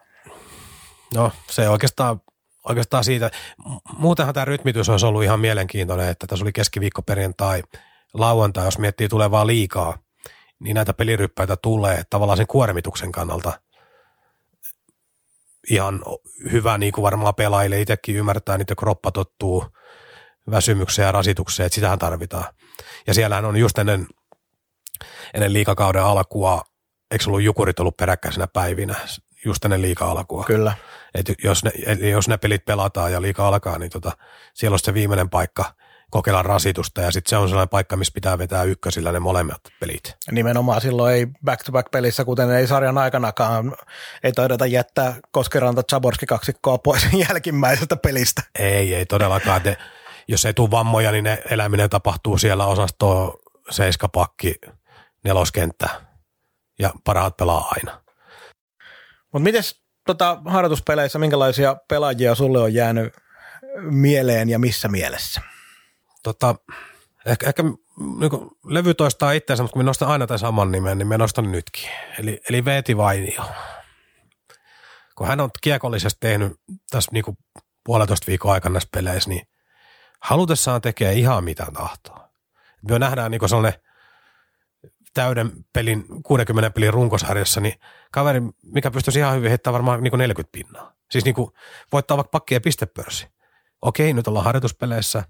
no se oikeastaan, oikeastaan siitä, muutenhan tämä rytmitys olisi ollut ihan mielenkiintoinen, että tässä oli keskiviikko, perjantai, lauantai, jos miettii tulevaa liikaa, niin näitä peliryppäitä tulee tavallaan sen kuormituksen kannalta ihan hyvä, niin kuin varmaan pelaajille itsekin ymmärtää, niitä kroppa tottuu väsymykseen ja rasitukseen, että sitähän tarvitaan. Ja siellähän on just ennen, ennen liigakauden alkua, eikö ollut Jukurit ollut peräkkäisenä päivinä, just ennen liiga-alkua. Kyllä. Et jos, ne, jos ne pelit pelataan ja liiga alkaa, niin tota, siellä on se viimeinen paikka kokeilla rasitusta, ja sitten se on sellainen paikka, missä pitää vetää ykkösillä ne molemmat pelit. Nimenomaan silloin ei back-to-back-pelissä, kuten ei sarjan aikanakaan, ei taideta jättää Koskeranta-Zaborski-kaksikkoa pois jälkimmäisestä pelistä. Ei, ei todellakaan. Te, jos ei tule vammoja, niin ne eläminen tapahtuu siellä osastoa seiskapakki, neloskenttä, ja parhaat pelaa aina. Mutta mites tota, harjoituspeleissä, minkälaisia pelaajia sulle on jäänyt mieleen ja missä mielessä? Tota, ehkä, ehkä niin levy toistaa itseänsä, mutta kun minä nostan aina tämän saman nimen, niin minä nostan nytkin. Eli, eli Veeti Vainio. Kun hän on kiekollisesti tehnyt tässä niin kuin puolitoista viikon aikana näissä peleissä, niin halutessaan tekee ihan mitä tahtoo. Me nähdään niin kuin sellainen täyden pelin, kuudenkymmenen pelin runkosarjassa, niin kaveri, mikä pystyisi ihan hyvin heittämään varmaan niin kuin neljäkymmentä pinnaa. Siis niin kuin voittaa vaikka pakki- ja pistepörssi. Okei, nyt ollaan harjoituspeleissä.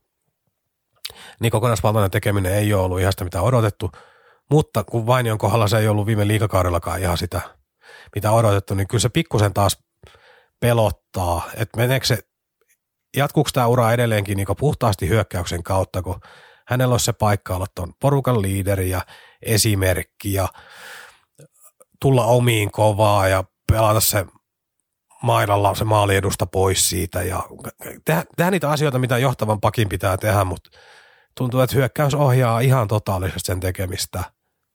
Niin kokonaisvaltainen tekeminen ei ole ollut ihan sitä, mitä odotettu, mutta kun Vainion kohdalla se ei ollut viime liigakaudellakaan ihan sitä, mitä odotettu, niin kyllä se pikkusen taas pelottaa, että meneekö se, jatkuuko tämä ura edelleenkin niin puhtaasti hyökkäyksen kautta, kun hänellä olisi se paikka olla tuon porukan liideri ja esimerkki ja tulla omiin kovaa ja pelata se mailalla se maaliedusta pois siitä ja tehdä, tehdä niitä asioita, mitä johtavan pakin pitää tehdä, mutta tuntuu, että hyökkäys ohjaa ihan totaalisesti sen tekemistä.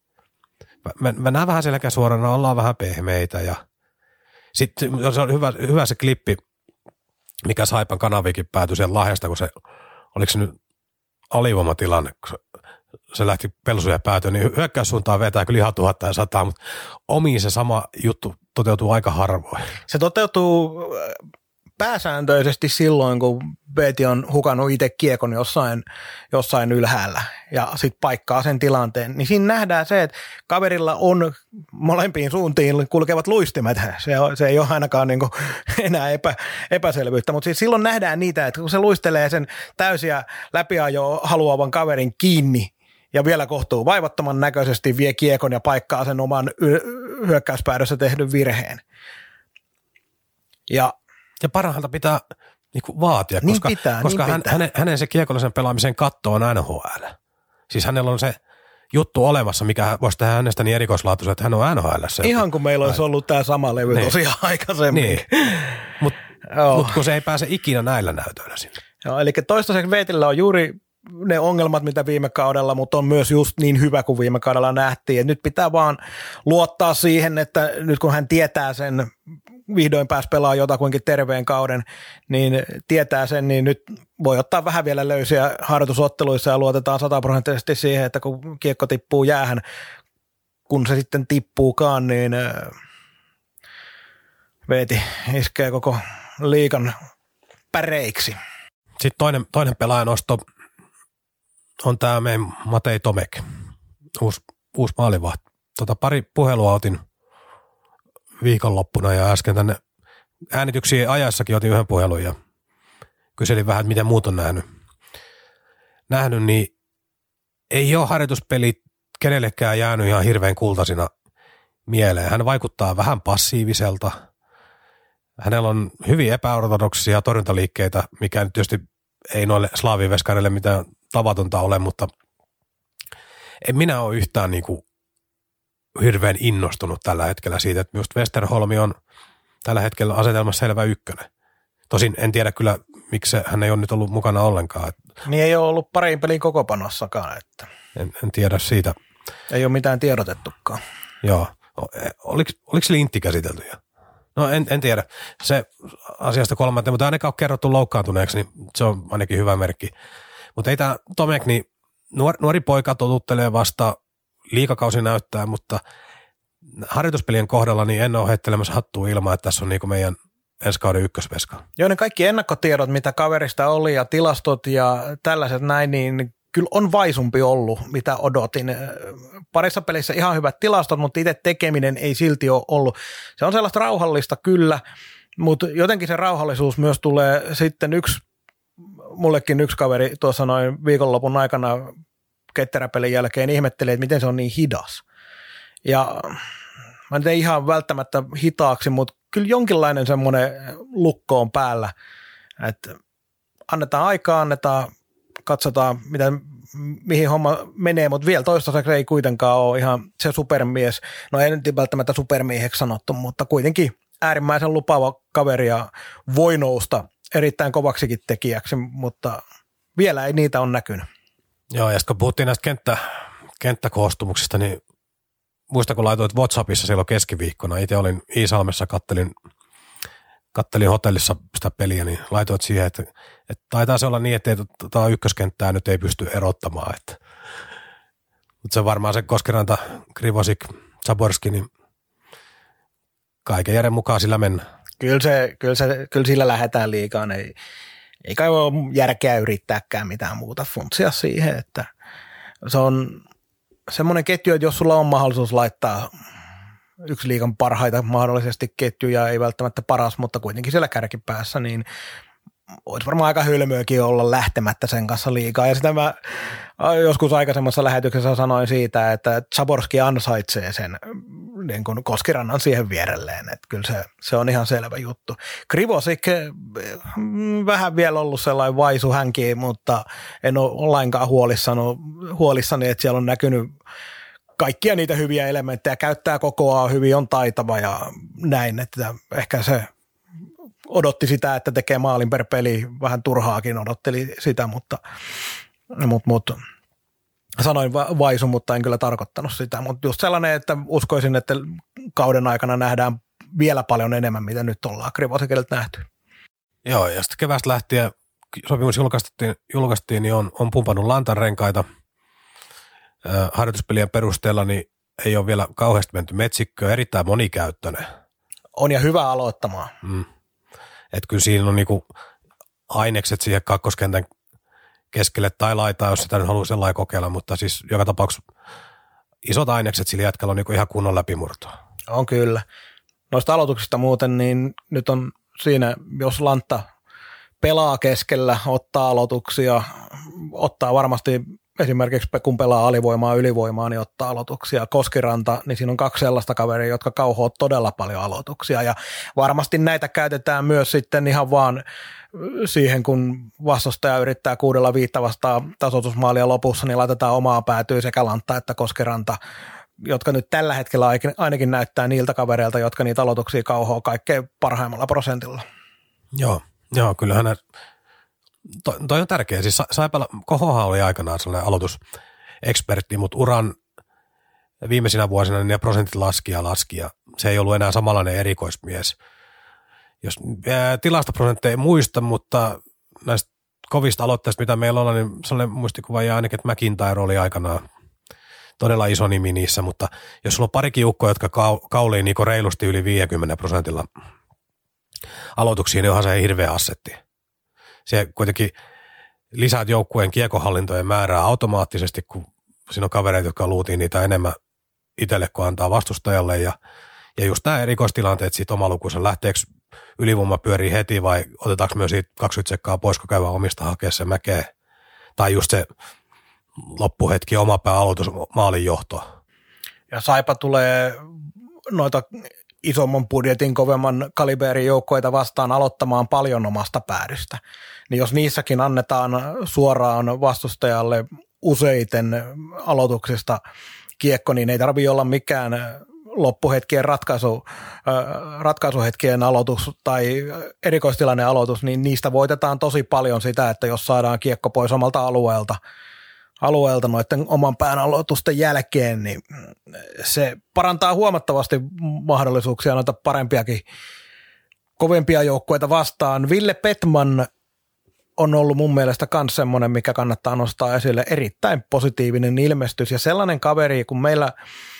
Me, mennään vähän selkä suorana, ollaan vähän pehmeitä ja sitten se on hyvä, hyvä se klippi, mikä Saipan kanavikin päätyi sen Lahdesta, kun se, oliko se nyt alivoimatilanne, kun se, se lähti pelsuja päätyä, niin hyökkäyssuuntaan vetää kyllä ihan tuhatta ja sataa, mutta omiin se sama juttu toteutuu aika harvoin. Se toteutuu pääsääntöisesti silloin, kun Veeti on hukannut itse kiekon jossain, jossain ylhäällä ja sitten paikkaa sen tilanteen, niin siinä nähdään se, että kaverilla on molempiin suuntiin kulkevat luistimet. Se, on, se ei ole ainakaan niin kuin enää epä, epäselvyyttä, mutta siis silloin nähdään niitä, että kun se luistelee sen täysiä läpiajoa haluavan kaverin kiinni ja vielä kohtuu vaivattoman näköisesti vie kiekon ja paikkaa sen oman hyökkäyspäädössä tehdyn virheen. Ja Ja parhaalta pitää niinku vaatia, niin koska, pitää, koska niin hän, pitää. hänen, hänen se kiekollisen pelaamisen katto on N H L. Siis hänellä on se juttu olemassa, mikä voisi tehdä hänestä niin erikoislaatuisen, että hän on N H L. Ihan kuin meillä olisi ollut tämä sama levy niin. tosiaan aikaisemmin. Niin. Mutta mut kun se ei pääse ikinä näillä näytöillä sinne. Joo, eli toistaiseksi Veetillä on juuri ne ongelmat, mitä viime kaudella, mutta on myös just niin hyvä kuin viime kaudella nähtiin. Et nyt pitää vaan luottaa siihen, että nyt kun hän tietää sen, vihdoin pääsi pelaamaan jotakuinkin terveen kauden, niin tietää sen, niin nyt voi ottaa vähän vielä löysiä harjoitusotteluissa ja luotetaan sataprosenttisesti siihen, että kun kiekko tippuu jäähän, kun se sitten tippuukaan, niin Veeti iskee koko liigan päreiksi. Sitten toinen, toinen pelaajanosto on tämä meidän Matei Tomek, uusi, uusi maalivahti. Tota, pari puhelua otin viikonloppuna ja äsken tänne äänityksiin ajassakin otin yhden puhelun ja kyselin vähän, että miten muut on nähnyt. Nähnyt, niin ei ole harjoituspeli kenellekään jäänyt ihan hirveän kultaisina mieleen. Hän vaikuttaa vähän passiiviselta. Hänellä on hyvin epäortodoksia torjuntaliikkeitä, mikä nyt tietysti ei noille slaaviveskareille mitään tavatonta ole, mutta en minä ole yhtään niin kuin hirveän innostunut tällä hetkellä siitä, että just Westerholmi on tällä hetkellä asetelmassa selvä ykkönen. Tosin en tiedä kyllä, miksi hän ei ole nyt ollut mukana ollenkaan. Niin ei ole ollut parin pelin kokopanossakaan, että En, en tiedä siitä. ei ole mitään tiedotettukaan. Joo. Oliko, oliko Lintti käsitelty jo? No en, en tiedä. Se asiasta kolmanteen, mutta ainakaan ole kerrottu loukkaantuneeksi, niin se on ainakin hyvä merkki. Mutta ei tämä Tomek, niin nuori, nuori poika totuttelee vasta, liigakausi näyttää, mutta harjoituspelien kohdalla niin en ole heittelemassa hattua ilman, että tässä on niin kuin meidän ensi kauden ykkösveska. Joo, ne kaikki ennakkotiedot, mitä kaverista oli ja tilastot ja tällaiset näin, niin kyllä on vaisumpi ollut, mitä odotin. Parissa pelissä ihan hyvät tilastot, mutta itse tekeminen ei silti ole ollut. Se on sellaista rauhallista kyllä, mutta jotenkin se rauhallisuus myös tulee sitten yksi, mullekin yksi kaveri tuossa noin viikonlopun aikana ketteräpelin jälkeen ihmetteli, että miten se on niin hidas. Ja mä en tee ihan välttämättä hitaaksi, mutta kyllä jonkinlainen semmoinen lukko on päällä, että annetaan aikaa, annetaan, katsotaan, miten, mihin homma menee, mutta vielä toistaiseksi ei kuitenkaan ole ihan se supermies, no ei nyt välttämättä supermieheksi sanottu, mutta kuitenkin äärimmäisen lupaava kaveri ja voi nousta erittäin kovaksikin tekijäksi, mutta vielä ei niitä ole näkynyt. Joo, ja sitten kun puhuttiin näistä kenttä, kenttäkoostumuksista, niin muista kun laitoit WhatsAppissa silloin keskiviikkona, itse olin Iisalmessa, kattelin, kattelin hotellissa sitä peliä, niin laitoit siihen, että, että taitaa se olla niin, että tämä ykköskenttää nyt ei pysty erottamaan. Että. Mutta se varmaan se Koskiranta, Krivosik, Zaborski, niin kaiken järjen mukaan sillä mennään. Kyllä, se, kyllä, se, kyllä sillä lähdetään liigaan, ei, ei kai ole järkeä yrittääkään mitään muuta funtsia siihen, että se on semmoinen ketju, että jos sulla on mahdollisuus laittaa yksi liigan parhaita mahdollisesti ketjuja, ei välttämättä paras, mutta kuitenkin siellä kärkipäässä, niin olisi varmaan aika hölmöäkin olla lähtemättä sen kanssa liigaa. Ja sitä mä joskus aikaisemmassa lähetyksessä sanoin siitä, että Zaborski ansaitsee sen niin kuin Koskirannan siihen vierelleen. Että kyllä se, se on ihan selvä juttu. Krivosik vähän vielä ollut sellainen vaisu hänkin, mutta en ole lainkaan huolissani, huolissani että siellä on näkynyt kaikkia niitä hyviä elementtejä, käyttää kokoaan hyvin, on taitava ja näin, että ehkä se odotti sitä, että tekee maalin per peli, vähän turhaakin odotteli sitä, mutta, mutta, mutta sanoin vaisu, mutta en kyllä tarkoittanut sitä, mutta just sellainen, että uskoisin, että kauden aikana nähdään vielä paljon enemmän, mitä nyt ollaan Krivosikilta nähty. Joo, ja sitten keväästä lähtien sopimus julkaistiin, julkaistiin niin on, on pumpannut lantanrenkaita. Äh, harjoituspelien perusteella niin ei ole vielä kauheasti menty metsikköön, erittäin monikäyttöinen. On ja hyvä aloittamaan. Mm. Että kyllä siinä on niinku ainekset siihen kakkoskentän keskelle tai laitaa, jos sitä nyt haluaa sellainen kokeilla, mutta siis joka tapauksessa isot ainekset sillä jätkällä on niinku ihan kunnon läpimurtoa. On kyllä. Noista aloituksista muuten, niin nyt on siinä, jos Lantta pelaa keskellä, ottaa aloituksia, ottaa varmasti esimerkiksi kun pelaa alivoimaa ylivoimaa, niin ottaa aloituksia. Koskiranta, niin siinä on kaksi sellaista kaveria, jotka kauhoo todella paljon aloituksia ja varmasti näitä käytetään myös sitten ihan vaan siihen, kun vastustaja yrittää kuudella viittä vastaan tasoitusmaalia lopussa, niin laitetaan omaa päätyy sekä Lantta että Koskiranta, jotka nyt tällä hetkellä ainakin näyttää niiltä kavereilta, jotka niitä aloituksia kauhoo kaikkein parhaimmalla prosentilla. Joo, joo kyllähän ne, toi, toi on tärkeä. Siis Saipala, Kohohan oli aikanaan sellainen aloitusekspertti, mutta uran viimeisinä vuosina niin ne prosentit laski ja laski ja se ei ollut enää samanlainen erikoismies. Jos ää, tilastoprosentteja ei muista, mutta näistä kovista aloitteista, mitä meillä on, niin sellainen muistikuva jää ainakin, että McIntyre oli aikanaan todella iso nimi niissä, mutta jos sulla on parikin ukkoa, jotka kaulii niin reilusti yli viisikymmentä prosentilla aloituksiin, niin onhan se hirveä assetti. Se kuitenkin lisäät joukkueen kiekohallintojen määrää automaattisesti, kun siinä on kavereita, jotka luutiin niitä enemmän itselle, kun antaa vastustajalle. Ja, ja just nämä erikoistilanteet siitä omalukuisen, lähteekö ylivoima pyörii heti vai otetaanko myös siitä kaksikymmentä sekkaa pois, kun käydään omista hakea se mäkeä. Tai just se loppuhetki oma pää aloitus maalin johtoa. Ja Saipa tulee noita isomman budjetin, kovemman kaliberin joukkoita vastaan aloittamaan paljon omasta päädystä. Niin jos niissäkin annetaan suoraan vastustajalle useiten aloituksista kiekko, niin ei tarvitse olla mikään loppuhetkien ratkaisu, ratkaisuhetkien aloitus tai erikoistilanne aloitus, niin niistä voitetaan tosi paljon sitä, että jos saadaan kiekko pois omalta alueelta, alueelta noiden oman pään aloitusten jälkeen, niin se parantaa huomattavasti mahdollisuuksia noita parempiakin, kovempia joukkueita vastaan. Ville Petman on ollut mun mielestä myös semmoinen, mikä kannattaa nostaa esille, erittäin positiivinen ilmestys ja sellainen kaveri, kun meillä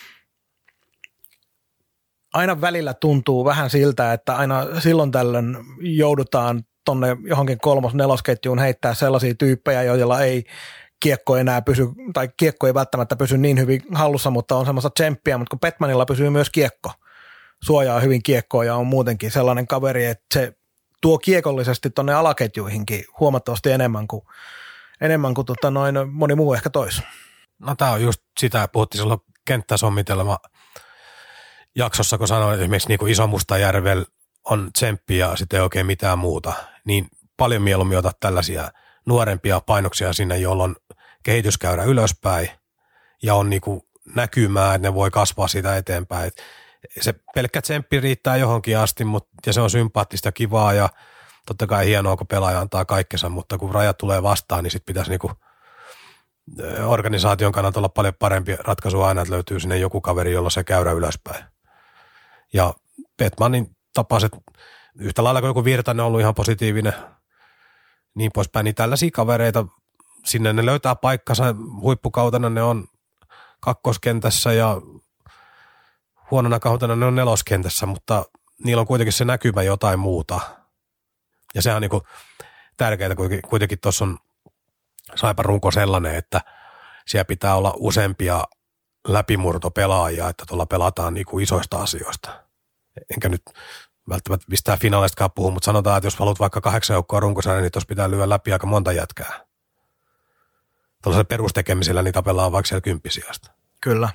aina välillä tuntuu vähän siltä, että aina silloin tällöin joudutaan tonne johonkin kolmos-nelosketjuun heittää sellaisia tyyppejä, joilla ei kiekko enää pysy, tai kiekko ei välttämättä pysy niin hyvin hallussa, mutta on semmoista tsemppiä, mutta kun Petmanilla pysyy myös kiekko, suojaa hyvin kiekkoa ja on muutenkin sellainen kaveri, että se tuo kiekollisesti tonne alaketjuihinkin huomattavasti enemmän kuin, enemmän kuin tota noin moni muu ehkä tois. No tää on just sitä, puhuttiin silloin kenttäsommitelma jaksossa, kun sanoin, että esimerkiksi niin kuin Iso Mustajärvel on tsemppi ja sitten ei oikein mitään muuta, niin paljon mieluummin ota tällaisia nuorempia painoksia sinne, jolloin kehitys käydä ylöspäin ja on niin kuin näkymää, että ne voi kasvaa siitä eteenpäin. Et se pelkkä tsemppi riittää johonkin asti, mutta, ja se on sympaattista, kivaa ja totta kai hienoa, kun pelaaja antaa kaikkensa, mutta kun rajat tulee vastaan, niin sitten pitäisi niin kuin organisaation kannalta olla paljon parempi ratkaisu aina, että löytyy sinne joku kaveri, jolla se käydä ylöspäin. Ja Petmanin tapaset, yhtä lailla kuin joku Virtanen on ollut ihan positiivinen, niin poispäin, niin tällaisia kavereita, sinne ne löytää paikkansa, huippukautena ne on kakkoskentässä ja huonona kautena ne on neloskentässä, mutta niillä on kuitenkin se näkymä jotain muuta. Ja sehän on niin kuin tärkeää, kuitenkin tuossa on Saipan runko sellainen, että siellä pitää olla useampia läpimurtopelaajia, että tuolla pelataan niin kuin isoista asioista. Enkä nyt välttämättä mistään finaalistakaan puhu, mutta sanotaan, että jos haluat vaikka kahdeksan joukkoa runkosarja, niin tuossa pitää lyödä läpi aika monta jätkää. Tuollaisella perustekemisellä niitä pelaa vaikka siellä kymppisiasta. Kyllä.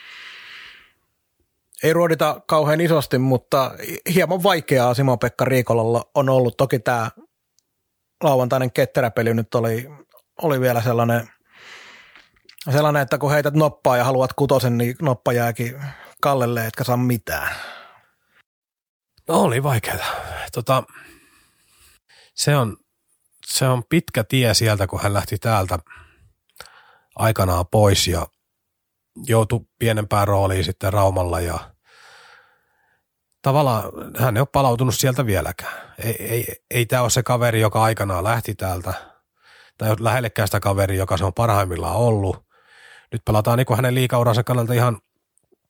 Ei ruodita kauhean isosti, mutta hieman vaikeaa Simo-Pekka Riikolalla on ollut. Toki tämä lauantainen ketteräpeli nyt oli, oli vielä sellainen, sellainen, että kun heität noppaa ja haluat kutosen, niin noppa jääkin kallelle, etkä saa mitään. No oli vaikeaa. Tota, se, on, se on pitkä tie sieltä, kun hän lähti täältä aikanaan pois ja joutui pienempään rooliin sitten Raumalla ja tavallaan hän ei ole palautunut sieltä vieläkään. Ei, ei, ei tämä ole se kaveri, joka aikanaan lähti täältä tai lähellekään sitä kaveri, joka se on parhaimmillaan ollut. Nyt pelataan niin kuin hänen liigauransa kannalta ihan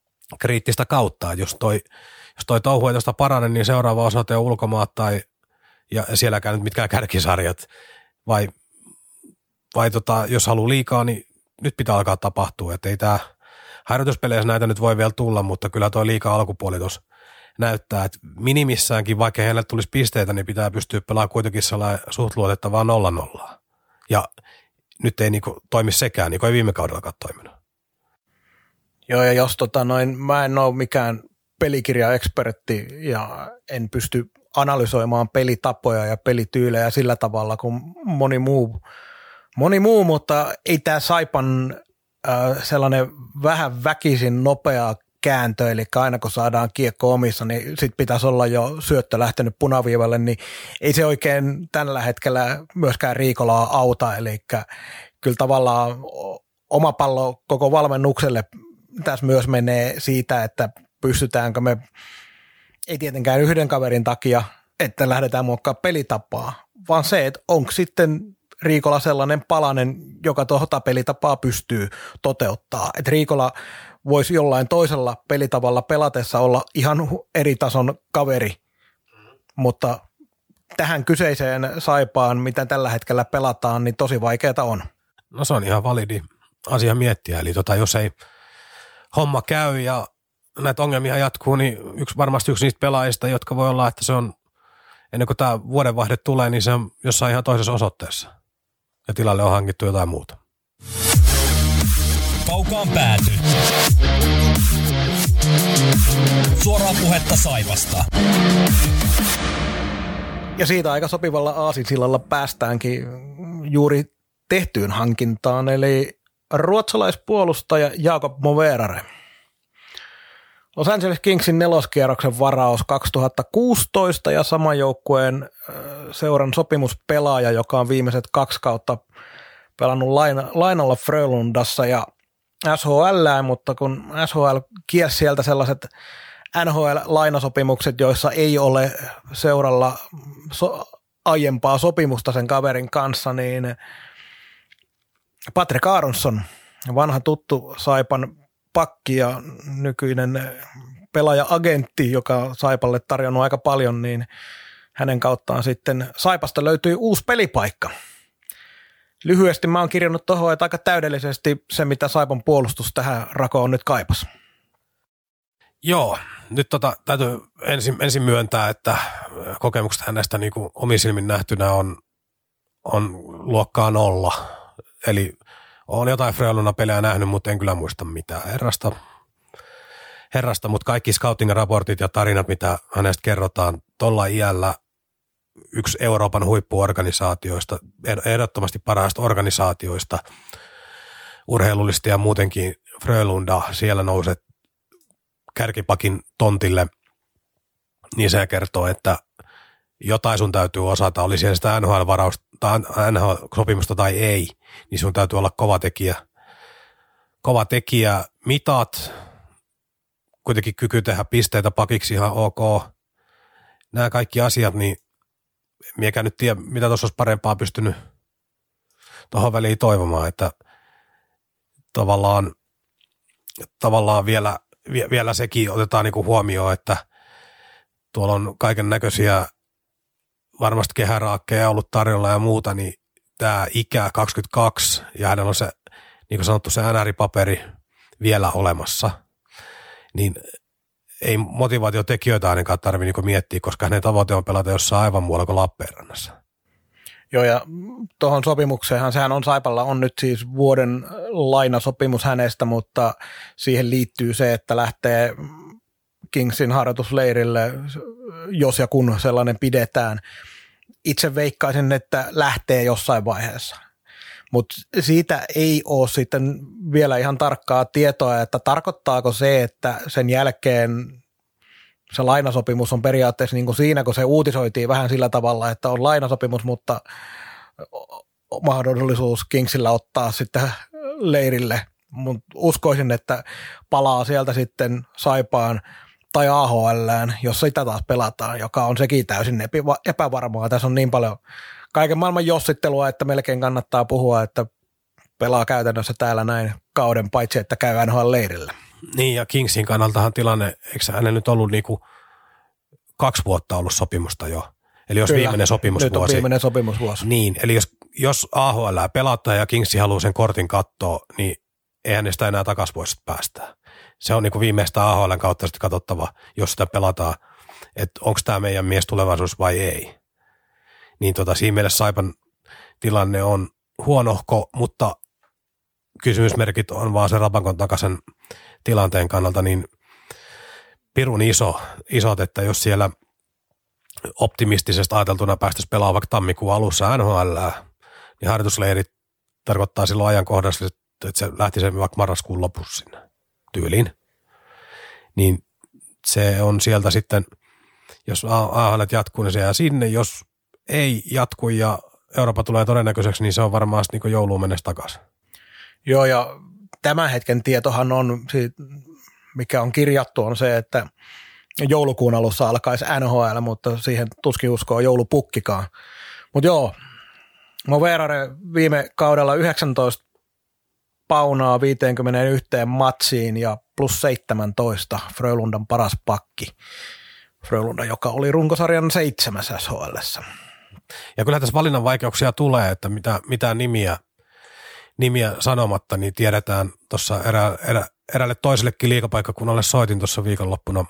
kriittistä kautta, että jos toi, jos toi touhu ei tuosta parane, niin seuraava osoite on ulkomaat tai ja sielläkään nyt mitkään kärkisarjat, vai, vai tota, jos haluaa liikaa, niin nyt pitää alkaa tapahtua, että ei tämä harjoituspeleissä näitä nyt voi vielä tulla, mutta kyllä tuo liikaa alkupuoli tuossa näyttää, että minimissäänkin, vaikka heille tulisi pisteitä, niin pitää pystyä pelaamaan kuitenkin sellainen suht luotettavaa nolla nollaa. Ja nyt ei niinku toimi sekään, niin kuin ei viime kaudellakaan toiminut. Joo, ja jos tota noin, mä en ole mikään pelikirjaekspertti ja en pysty analysoimaan pelitapoja ja pelityylejä sillä tavalla kuin moni muu, moni muu mutta ei tämä Saipan äh, sellainen vähän väkisin nopea kääntö, eli aina kun saadaan kiekko omissa, niin sit pitäisi olla jo syöttö lähtenyt punaviivalle, niin ei se oikein tällä hetkellä myöskään Riikolaa auta, eli kyllä tavallaan oma pallo koko valmennukselle tässä myös menee siitä, että pystytäänkö me, ei tietenkään yhden kaverin takia, että lähdetään muokkaan pelitapaa, vaan se, että onko sitten Riikola sellainen palanen, joka tuota pelitapaa pystyy toteuttaa. Että Riikola voisi jollain toisella pelitavalla pelatessa olla ihan eri tason kaveri, mutta tähän kyseiseen Saipaan, mitä tällä hetkellä pelataan, niin tosi vaikeaa on. No se on ihan validi asia miettiä, eli tota, jos ei homma käy ja näitä ongelmia jatkuu, niin yksi, varmasti yksi niistä pelaajista, jotka voi olla, että se on, ennen kuin tämä vuodenvaihde tulee, niin se on jossain ihan toisessa osoitteessa. Ja tilalle on hankittu jotain muuta. Kaukaan pääty. Suoraa puhetta Saipasta. Ja siitä aika sopivalla aasinsillalla päästäänkin juuri tehtyyn hankintaan, eli ruotsalaispuolustaja Jakob Moverare. Los Angeles Kingsin neloskierroksen varaus kaksituhattakuusitoista ja saman joukkueen seuran sopimuspelaaja, joka on viimeiset kaksi kautta pelannut lainalla Frölundassa ja S H L, mutta kun S H L kiesi sieltä sellaiset N H L-lainasopimukset, joissa ei ole seuralla so- aiempaa sopimusta sen kaverin kanssa, niin Patrick Aronson, vanha tuttu Saipan pakki ja nykyinen pelaaja-agentti, joka on Saipalle tarjonnut aika paljon, niin hänen kauttaan sitten Saipasta löytyy uusi pelipaikka. Lyhyesti mä oon kirjannut tuohon, että aika täydellisesti se, mitä Saipan puolustus tähän rakoon nyt kaipas. Joo, nyt tota, täytyy ensin, ensin myöntää, että kokemukset hänestä niin kuin omin silmin nähtynä on, on luokkaa nolla. Eli olen jotain Frölundan pelejä nähnyt, mutta en kyllä muista mitään herrasta. herrasta mutta kaikki scouting-raportit ja tarinat, mitä hänestä kerrotaan, tuolla iällä yksi Euroopan huippuorganisaatioista, ehdottomasti parhaista organisaatioista, urheilullisesti ja muutenkin Frölunda, siellä nouset kärkipakin tontille, niin se kertoo, että jotain sun täytyy osata, oli siellä sitä N H L-varausta, N H L-sopimusta tai ei, niin sun täytyy olla kova tekijä. Kova tekijä, mitat, kuitenkin kyky tehdä pisteitä pakiksi ihan ok. Nämä kaikki asiat, niin miekään nyt tiedä, mitä tuossa olisi parempaa pystynyt tuohon väliin toivomaan, että tavallaan, tavallaan vielä, vielä sekin otetaan niinku huomioon, että tuolla on kaiken näköisiä varmasti kehäraakkeja ollut tarjolla ja muuta, niin tämä ikä kaksikymmentäkaksi ja hänellä on se, niin kuin sanottu, se N R-paperi vielä olemassa, niin ei motivaatiotekijöitä ainakaan tarvitse niin miettiä, koska hänen tavoite on pelata jossain aivan muualla kuin Lappeenrannassa. Joo, ja tuohon sopimukseenhan, sehän on Saipalla, on nyt siis vuoden lainasopimus hänestä, mutta siihen liittyy se, että lähtee Kingsin harjoitusleirille, jos ja kun sellainen pidetään. Itse veikkaisin, että lähtee jossain vaiheessa. Mutta siitä ei ole sitten vielä ihan tarkkaa tietoa, että tarkoittaako se, että sen jälkeen se lainasopimus on periaatteessa niin kuin siinä, kun se uutisoitiin vähän sillä tavalla, että on lainasopimus, mutta mahdollisuus Kingsillä ottaa sitten leirille. Mut uskoisin, että palaa sieltä sitten Saipaan tai A H L:ään, jos sitä taas pelataan, joka on sekin täysin epävarmaa. Tässä on niin paljon kaiken maailman jossittelua, että melkein kannattaa puhua, että pelaa käytännössä täällä näin kauden, paitsi että käy N H L-leirillä. Niin, ja Kingsin kannaltahan tilanne, eikö hänellä nyt ollut niinku kaksi vuotta ollut sopimusta jo, Eli jos Kyllä, viimeinen sopimusvuosi. Nyt on viimeinen sopimusvuosi. Niin, eli jos, jos A H L pelataan ja Kingsi haluaa sen kortin katsoa, niin eihän ne sitä enää takaisin voi päästää. Se on niin kuin viimeistä A H L:n kautta sitten katsottava, jos sitä pelataan, että onko tämä meidän mies tulevaisuus vai ei. Niin tota, siinä mielessä Saipan tilanne on huonohko, mutta kysymysmerkit on vaan se Rapankon takaisen tilanteen kannalta niin pirun iso, isot, että jos siellä optimistisesti ajateltuna päästäisiin pelaamaan vaikka tammikuun alussa N H L, niin harjoitusleirit tarkoittaa silloin ajankohdassa, että se lähti sen vaikka marraskuun lopussa sinne tyyliin. Niin se on sieltä sitten, jos A H L jatkuu, niin se jää sinne. Jos ei jatku ja Eurooppa tulee todennäköiseksi, niin se on varmaan sitten niin jouluun mennessä takaisin. Joo, ja tämän hetken tietohan on, mikä on kirjattu, on se, että joulukuun alussa alkaisi N H L, mutta siihen tuskin uskoo joulupukkikaan. Mutta joo, Moverare viime kaudella yhdeksäntoista paunaa viisikymmentäyksi matsiin ja plus seitsemäntoista Frölundan paras pakki. Frölunda, joka oli runkosarjan seitsemäs S H L:ssä. Ja kyllä tässä valinnan vaikeuksia tulee, että mitä, mitä nimiä, nimiä sanomatta, niin tiedetään tuossa erä, erä, eräälle toisellekin liigapaikkakunnalle soitin tuossa viikonloppuna,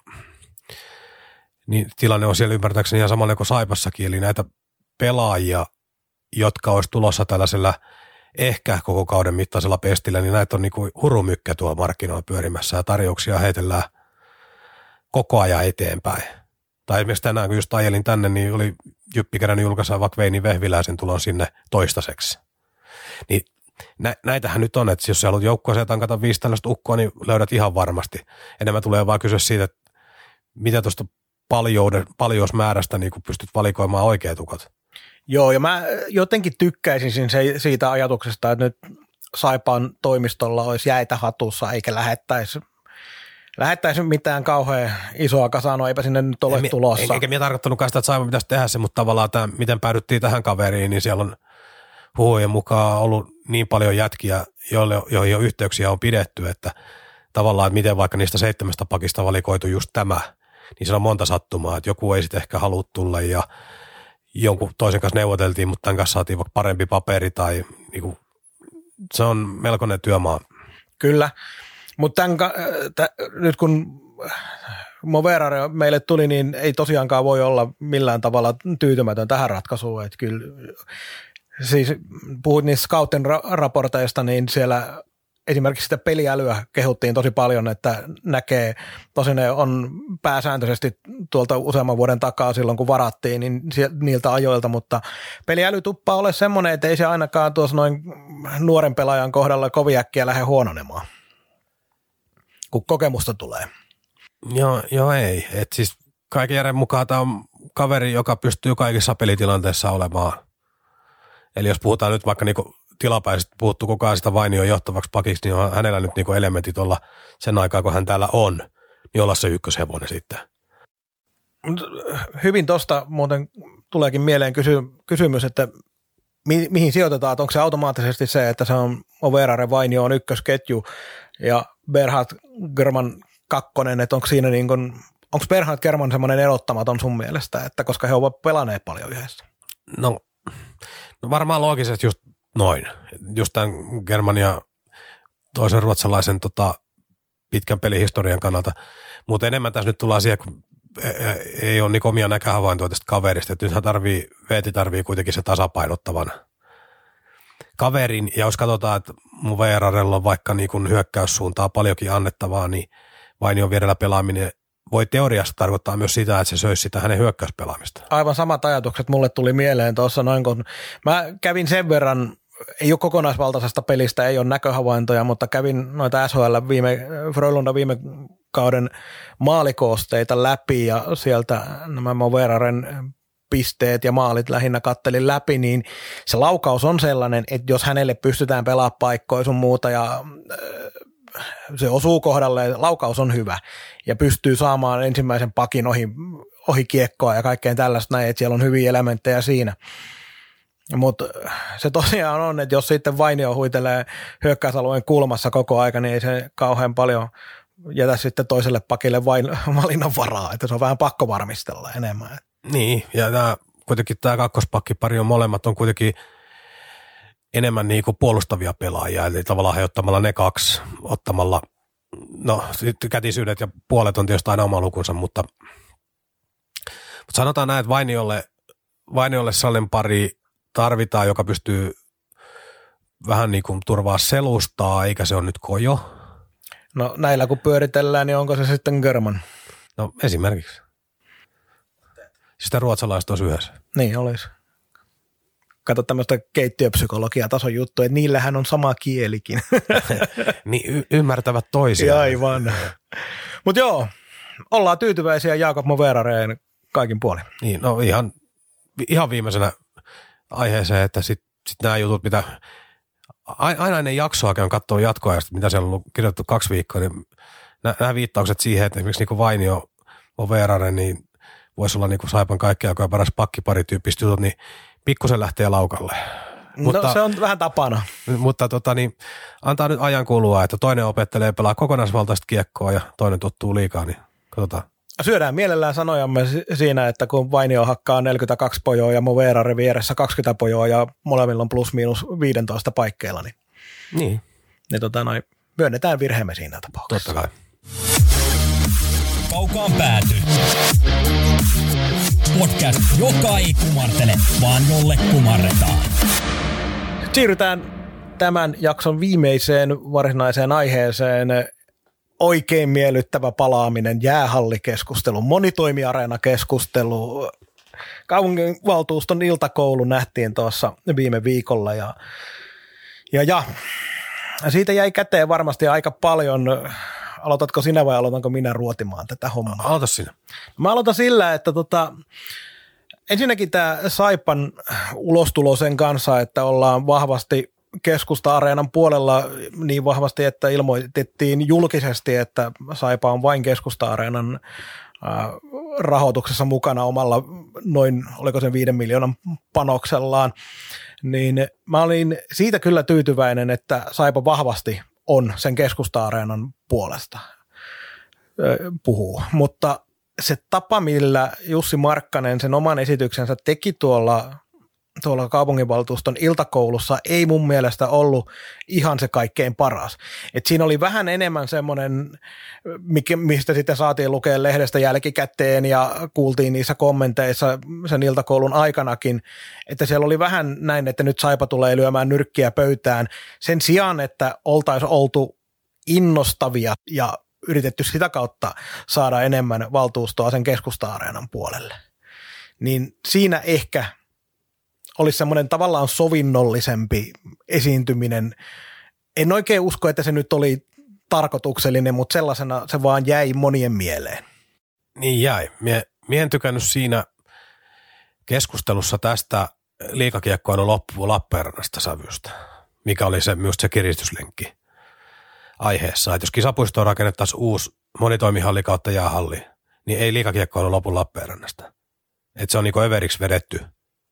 niin tilanne on siellä ymmärtääkseni ihan samalla kuin Saipassakin, eli näitä pelaajia, jotka olisi tulossa tällaisella ehkä koko kauden mittaisella pestillä, niin näitä on niin kuin hurumykkä tuolla markkinoilla pyörimässä ja tarjouksia heitellään koko ajan eteenpäin. Tai esimerkiksi tänään, kun just ajelin tänne, niin oli Jyppi kerännyt julkaisee vaikka Veini Vehviläisen tulon sinne toistaiseksi. Niin nä- näitähän nyt on, että jos sä haluat joukkueeseen tankata viisi tällaista ukkoa, niin löydät ihan varmasti. Enemmän tulee vaan kysyä siitä, että mitä tuosta paljousmäärästä niin kun pystyt valikoimaan oikeat ukot. Joo, ja mä jotenkin tykkäisin se, siitä ajatuksesta, että nyt Saipan toimistolla olisi jäitä hatussa, eikä lähettäisi lähettäisi mitään kauhean isoa kasaa, no eipä sinne nyt ole en, tulossa. Eikä minä tarkoittanutkaan sitä, että Saipan pitäisi tehdä se, mutta tavallaan tämä, miten päädyttiin tähän kaveriin, niin siellä on huhujen mukaan ollut niin paljon jätkiä, joille, joihin jo yhteyksiä on pidetty, että tavallaan, että miten vaikka niistä seitsemästä pakista valikoitu just tämä, niin siellä on monta sattumaa, että joku ei sitten ehkä halua tulla ja jonkun toisen kanssa neuvoteltiin, mutta tämän kanssa saatiin vaikka parempi paperi tai niin kuin, se on melkoinen työmaa. Kyllä, mutta nyt kun Moverare meille tuli, niin ei tosiaankaan voi olla millään tavalla tyytymätön tähän ratkaisuun, että kyllä siis puhuit niistä Scouten raporteista, niin siellä esimerkiksi sitä peliälyä kehuttiin tosi paljon, että näkee, tosin ne on pääsääntöisesti tuolta useamman vuoden takaa silloin, kun varattiin, niin niiltä ajoilta, mutta peliäly tuppaa ole semmoinen, että ei se ainakaan tuossa noin nuoren pelaajan kohdalla kovin äkkiä lähde huononemaan, kun kokemusta tulee. Joo, joo ei. Et siis kaiken järjen mukaan tämä on kaveri, joka pystyy kaikissa pelitilanteissa olemaan. Eli jos puhutaan nyt vaikka niinku tilapäisesti puhuttu koko ajan sitä Vainion johtavaksi pakiksi, niin on hänellä nyt niinku elementit olla sen aikaa, kun hän täällä on, niin olla se ykköshevonen sitten. Hyvin tuosta muuten tuleekin mieleen kysy- kysymys, että mi- mihin sijoitetaan, että onko se automaattisesti se, että se on Moverare, Vainio on ykkösketju ja Berhard German kakkonen, että onko siinä niin kuin, onko Berhard German semmoinen erottamaton sun mielestä, että koska he ovat pelanneet paljon yhdessä? No, no varmaan loogisesti just noin. Just tämän German ja toisen ruotsalaisen tota, pitkän pelihistorian kannalta. Mutta enemmän tässä nyt tullaan siihen, kun ei ole niin omia näköhavaintoja tästä kaverista. Että nythän tarvii, Veeti tarvii kuitenkin se tasapainottavan kaverin. Ja jos katsotaan, että mun Veerarella on vaikka niin kuin hyökkäyssuuntaa paljonkin annettavaa, niin Vainion vierellä pelaaminen voi teoriassa tarkoittaa myös sitä, että se söisi sitä hänen hyökkäyspelaamista. Aivan samat ajatukset mulle tuli mieleen tuossa noin, kun mä kävin sen verran, ei ole kokonaisvaltaisesta pelistä, ei ole näköhavaintoja, mutta kävin noita S H L viime, Frölunda viime kauden maalikoosteita läpi ja sieltä nämä Moveraren pisteet ja maalit lähinnä kattelin läpi, niin se laukaus on sellainen, että jos hänelle pystytään pelaamaan paikkoja sun muuta ja se osuu kohdalle, laukaus on hyvä ja pystyy saamaan ensimmäisen pakin ohi, ohi kiekkoa ja kaikkeen tällaista näin, että siellä on hyviä elementtejä siinä. Mutta se tosiaan on, että jos sitten Vainio huitelee hyökkäysalueen kulmassa koko aika, niin ei se kauhean paljon jätä sitten toiselle pakille vain valinnan varaa, että se on vähän pakko varmistella enemmän. Niin, ja tämä kuitenkin tämä kakkospakkipari on molemmat on kuitenkin enemmän niin kuin puolustavia pelaajia, eli tavallaan he ottamalla ne kaksi, ottamalla, no kätisyydet ja puolet on tietysti aina oma lukunsa, mutta, mutta sanotaan näin, että Vainiolle, Vainiolle sellainen pari tarvitaan, joka pystyy vähän niin kuin turvaa selustaa, eikä se ole nyt Kojo. No näillä kun pyöritellään, niin onko se sitten Görman? No esimerkiksi. Sitä ruotsalaiset olisi yhdessä. Niin olisi. Kato tämmöistä keittiöpsykologia-tason juttua, että niillähän on sama kielikin. Niin y- ymmärtävät toisiaan. Aivan. Mutta joo, ollaan tyytyväisiä Jakob Moverareen kaikin puolin. Niin, no ihan, ihan viimeisenä aiheeseen, että sitten sit nämä jutut, mitä aina ennen jaksoa käyn katsoa jatkoa, mitä siellä on ollut kirjoitettu kaksi viikkoa, niin nämä viittaukset siihen, että esimerkiksi niin Vainio Moverare, niin voisi olla niin kuin Saipan kaikkea, joka on paras pakkiparityyppistä jutut, niin pikkusen lähtee laukalle. No mutta, se on vähän tapana. Mutta tota, niin, antaa nyt ajan kulua, että toinen opettelee pelaa kokonaisvaltaista kiekkoa ja toinen tottuu liikaa, niin katsotaan. Syödään mielellään sanojamme siinä, että kun Vainio hakkaa neljäkymmentäkaksi pojoa ja Moverare vieressä kaksikymmentä pojoa ja molemmilla on plus miinus viisitoista paikkeilla, niin, niin. niin tota noin, myönnetään virheemme siinä tapauksessa. Totta kai. Kaukaan pääty. Podcast, joka ei kumartele, vaan jolle kumarretaan. Siirrytään tämän jakson viimeiseen varsinaiseen aiheeseen. Oikein miellyttävä palaaminen, jäähallikeskustelu, monitoimiareenakeskustelu. Kaupunginvaltuuston iltakoulu nähtiin tuossa viime viikolla ja, ja, ja siitä jäi käteen varmasti aika paljon. Aloitatko sinä vai aloitanko minä ruotimaan tätä hommaa? Aloita sinä. Mä aloitan sillä, että tota, ensinnäkin tämä Saipan ulostulo sen kanssa, että ollaan vahvasti Keskusta-areenan puolella niin vahvasti, että ilmoitettiin julkisesti, että Saipa on vain Keskusta-areenan rahoituksessa mukana omalla noin, oliko se viiden miljoonan panoksellaan, niin mä olin siitä kyllä tyytyväinen, että Saipa vahvasti on sen Keskusta-areenan puolesta puhuu, mutta se tapa, millä Jussi Markkanen sen oman esityksensä teki tuolla, tuolla kaupunginvaltuuston iltakoulussa, ei mun mielestä ollut ihan se kaikkein paras. Et siinä oli vähän enemmän semmoinen, mistä sitten saatiin lukea lehdestä jälkikäteen ja kuultiin niissä kommenteissa sen iltakoulun aikanakin, että siellä oli vähän näin, että nyt Saipa tulee lyömään nyrkkiä pöytään sen sijaan, että oltaisiin oltu innostavia ja yritetty sitä kautta saada enemmän valtuustoa sen Keskusta-areenan puolelle. Niin siinä ehkä olisi semmoinen tavallaan sovinnollisempi esiintyminen. En oikein usko, että se nyt oli tarkoituksellinen, mutta sellaisena se vaan jäi monien mieleen. Niin jäi. Mie, mie en tykännyt siinä keskustelussa tästä liikakiekkoilun loppuun Lappeenrannasta sävystä, mikä oli se, myös se kiristyslenkki aiheessa. Että jos kisapuistoon rakennettaisiin uusi monitoimihalli kautta jäähalli, niin ei liikakiekkoilu lopu Lappeenrannasta. Että se on niinku överiksi vedetty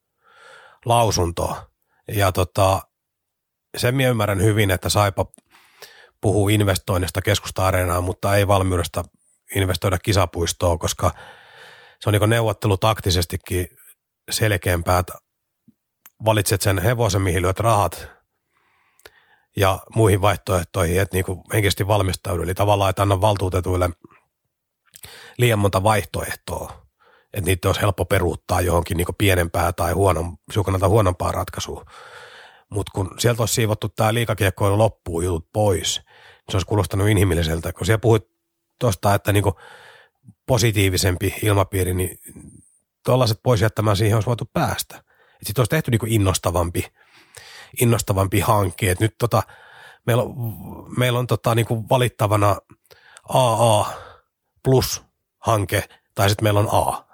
lausuntoa. Ja tota, sen minä ymmärrän hyvin, että Saipa puhuu investoinnista Keskusta-areenaan, mutta ei valmiudesta investoida kisapuistoon, koska se on niin neuvottelutaktisestikin selkeämpää, että valitset sen hevosen, mihin lyöt rahat ja muihin vaihtoehtoihin, että niin henkisesti valmistaudu. Eli tavallaan, että anna valtuutetuille liian monta vaihtoehtoa, että niitä olisi helppo peruuttaa johonkin niin pienempää tai huonon, kannalta huonompaa ratkaisua. Mutta kun sieltä olisi siivottu tämä liikakiekkoilu loppuun jutut pois, niin se olisi kuulostanut inhimilliseltä. Kun siellä puhuit tuosta, että niin positiivisempi ilmapiiri, niin tuollaiset pois jättämään siihen olisi voitu päästä. Sitten olisi tehty niin innostavampi, innostavampi hanke. Et nyt tota, meillä on, meillä on tota, niin valittavana A A plus hanke, tai sitten meillä on A.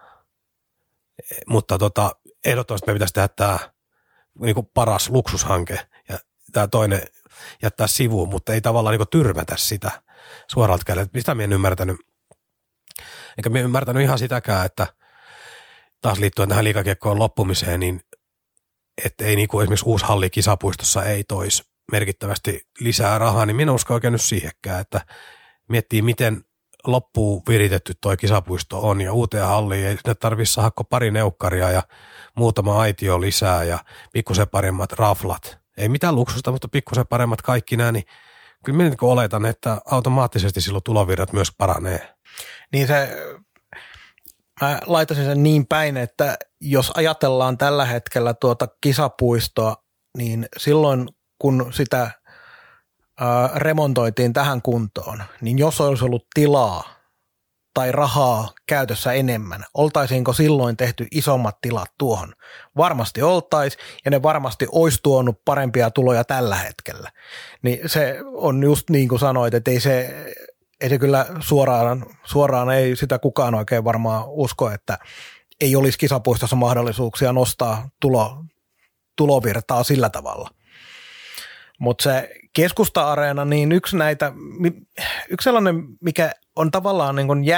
Mutta tota, ehdottomasti me pitäisi tehdä tämä niin kuin paras luksushanke ja tämä toinen jättää sivuun, mutta ei tavallaan niin kuin tyrmätä sitä suoralta kädeltä. Sitä minä en ymmärtänyt. Enkä minä ymmärtänyt ihan sitäkään, että taas liittyen tähän liikakiekkoon loppumiseen, niin että ei niin kuin esimerkiksi uusi halli kisapuistossa ei toisi merkittävästi lisää rahaa, niin minä uskon oikein nyt siihenkään, että miettii miten loppuun viritetty toi kisapuisto on ja uuteen halliin ei sinne tarvitse saada pari neukkaria ja muutama aitio lisää ja pikkusen paremmat raflat. Ei mitään luksusta, mutta pikkusen paremmat kaikki nämä, niin kyllä minä niin oletan, että automaattisesti silloin tulovirrat myös paranee. Niin se, mä laitaisin sen niin päin, että jos ajatellaan tällä hetkellä tuota kisapuistoa, niin silloin kun sitä ää, remontoitiin tähän kuntoon, niin jos olisi ollut tilaa tai rahaa käytössä enemmän, oltaisiinko silloin tehty isommat tilat tuohon? Varmasti oltaisi ja ne varmasti olisi tuonut parempia tuloja tällä hetkellä. Niin se on just niin kuin sanoit, että ei se, ei se kyllä suoraan, suoraan ei sitä kukaan oikein varmaan usko, että ei olisi kisapuistossa mahdollisuuksia nostaa tulo, tulovirtaa sillä tavalla. Mutta se Keskusta-areena, niin yksi näitä, yksi sellainen, mikä on tavallaan niin kuin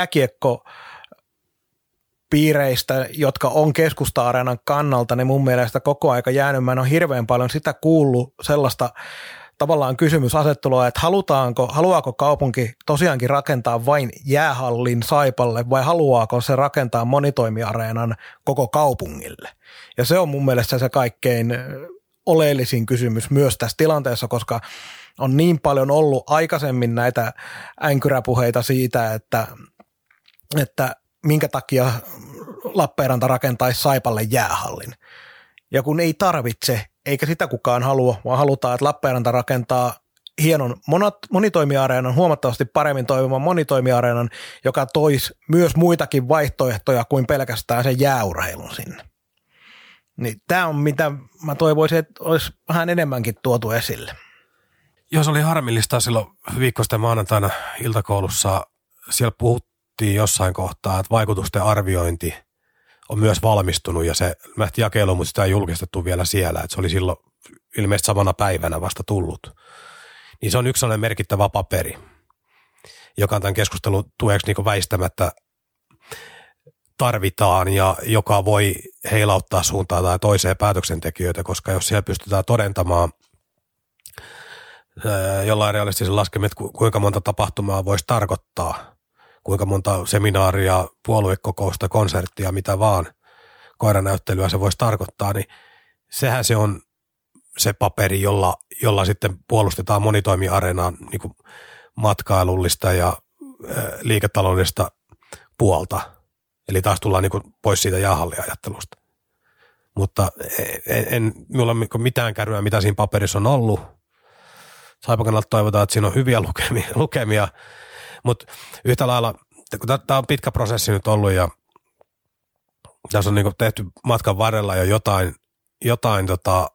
jääkiekkopiireistä, jotka on Keskusta-areenan kannalta, niin mun mielestä koko aika jäänyt. Mä en ole hirveän paljon sitä kuullut sellaista tavallaan kysymysasettelua, että halutaanko, haluaako kaupunki tosiaankin rakentaa vain jäähallin Saipalle vai haluaako se rakentaa monitoimiareenan koko kaupungille. Ja se on mun mielestä se kaikkein oleellisin kysymys myös tässä tilanteessa, koska on niin paljon ollut aikaisemmin näitä änkyräpuheita siitä, että, että minkä takia Lappeenranta rakentaisi Saipalle jäähallin. Ja kun ei tarvitse, eikä sitä kukaan halua, vaan halutaan, että Lappeenranta rakentaa hienon monitoimiareenan, huomattavasti paremmin toimivan monitoimiareenan, joka toisi myös muitakin vaihtoehtoja kuin pelkästään sen jääurheilun sinne. Niin tämä on mitä mä toivoisin, että olisi vähän enemmänkin tuotu esille. Joo, se oli harmillista silloin viikko sitten maanantaina iltakoulussa. Siellä puhuttiin jossain kohtaa, että vaikutusten arviointi on myös valmistunut ja se lähti jakeluun, mutta sitä ei julkistettu vielä siellä. Että se oli silloin ilmeisesti samana päivänä vasta tullut. Niin se on yksi sellainen merkittävä paperi, joka tämän keskustelun tueksi niin väistämättä tarvitaan ja joka voi heilauttaa suuntaan tai toiseen päätöksentekijöitä, koska jos siellä pystytään todentamaan jollain realistisen laskemin, että kuinka monta tapahtumaa voisi tarkoittaa, kuinka monta seminaaria, puoluekokousta, konserttia, mitä vaan, koiranäyttelyä se voisi tarkoittaa, niin sehän se on se paperi, jolla, jolla sitten puolustetaan monitoimiareenaan niin kuin matkailullista ja liiketaloudellista puolta. Eli taas tullaan niin kuin pois siitä jäähalliajattelusta. Mutta en, en minulla ole mitään kärryä, mitä siinä paperissa on ollut. Saipan kannalta toivotaan, että siinä on hyviä lukemia, lukemia. Mutta yhtä lailla, kun tämä on pitkä prosessi nyt ollut ja tässä on niin kuin tehty matkan varrella jo jotain, jotain tota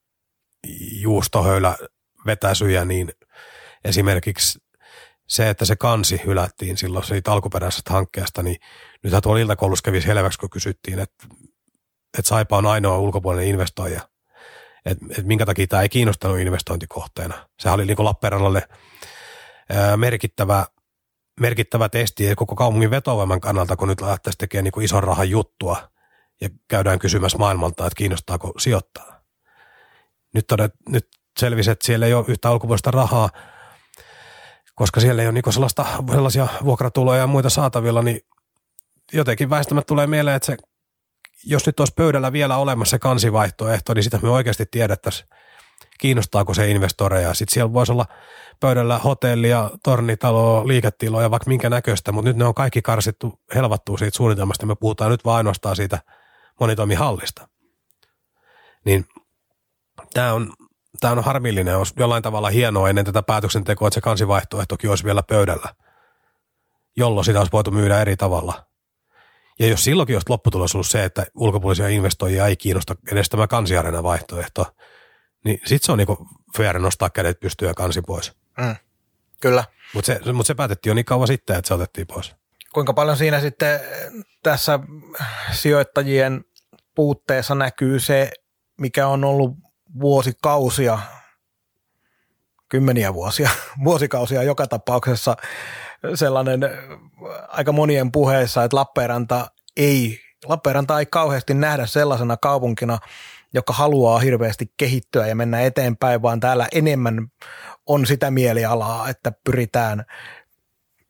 juustohöylävetäisyjä, niin esimerkiksi se, että se kansi hylättiin silloin siitä alkuperäisestä hankkeesta, niin nythän tuolla iltakoulussa kävi selväksi, kun kysyttiin, että, että Saipa on ainoa ulkopuolinen investoija. Että, että minkä takia tämä ei kiinnostanut investointikohteena. Sehän oli niin kuin Lappeenrannalle ää, merkittävä, merkittävä testi koko kaupungin vetovoiman kannalta, kun nyt lähtäisi tekemään niin kuin ison rahan juttua ja käydään kysymässä maailmalta, että kiinnostaako sijoittaa. Nyt, todet, nyt selvisi, että siellä ei ole yhtä ulkopuolista rahaa, koska siellä ei ole niin sellaista, sellaisia vuokratuloja ja muita saatavilla, niin jotenkin väistämättä tulee mieleen, että se, jos nyt olisi pöydällä vielä olemassa se kansivaihtoehto, niin sitä me oikeasti tiedettäisiin, kiinnostaako se investoreja. Sitten siellä voisi olla pöydällä hotellia, tornitaloa, liiketiloja, vaikka minkä näköistä, mutta nyt ne on kaikki karsittu, helvattua siitä suunnitelmasta. Me puhutaan nyt vain ainoastaan siitä monitoimihallista. Niin tämä on... Tämä on harmillinen, olisi jollain tavalla hienoa ennen tätä päätöksentekoa, että se kansivaihtoehtokin olisi vielä pöydällä, jolloin sitä olisi voitu myydä eri tavalla. Ja jos silloinkin olisi lopputulos ollut se, että ulkopuolisia investoijia ei kiinnosta edes tämä kansiareenan vaihtoehto, niin sitten se on niinku fair nostaa kädet pystyyn ja kansi pois. Mm, kyllä. Mutta se, mut se päätettiin jo niin kauan sitten, että se otettiin pois. Kuinka paljon siinä sitten tässä sijoittajien puutteessa näkyy se, mikä on ollut vuosikausia, kymmeniä vuosia, vuosikausia joka tapauksessa sellainen aika monien puheessa, että Lappeenranta ei, Lappeenranta ei kauheasti nähdä sellaisena kaupunkina, joka haluaa hirveästi kehittyä ja mennä eteenpäin, vaan täällä enemmän on sitä mielialaa, että pyritään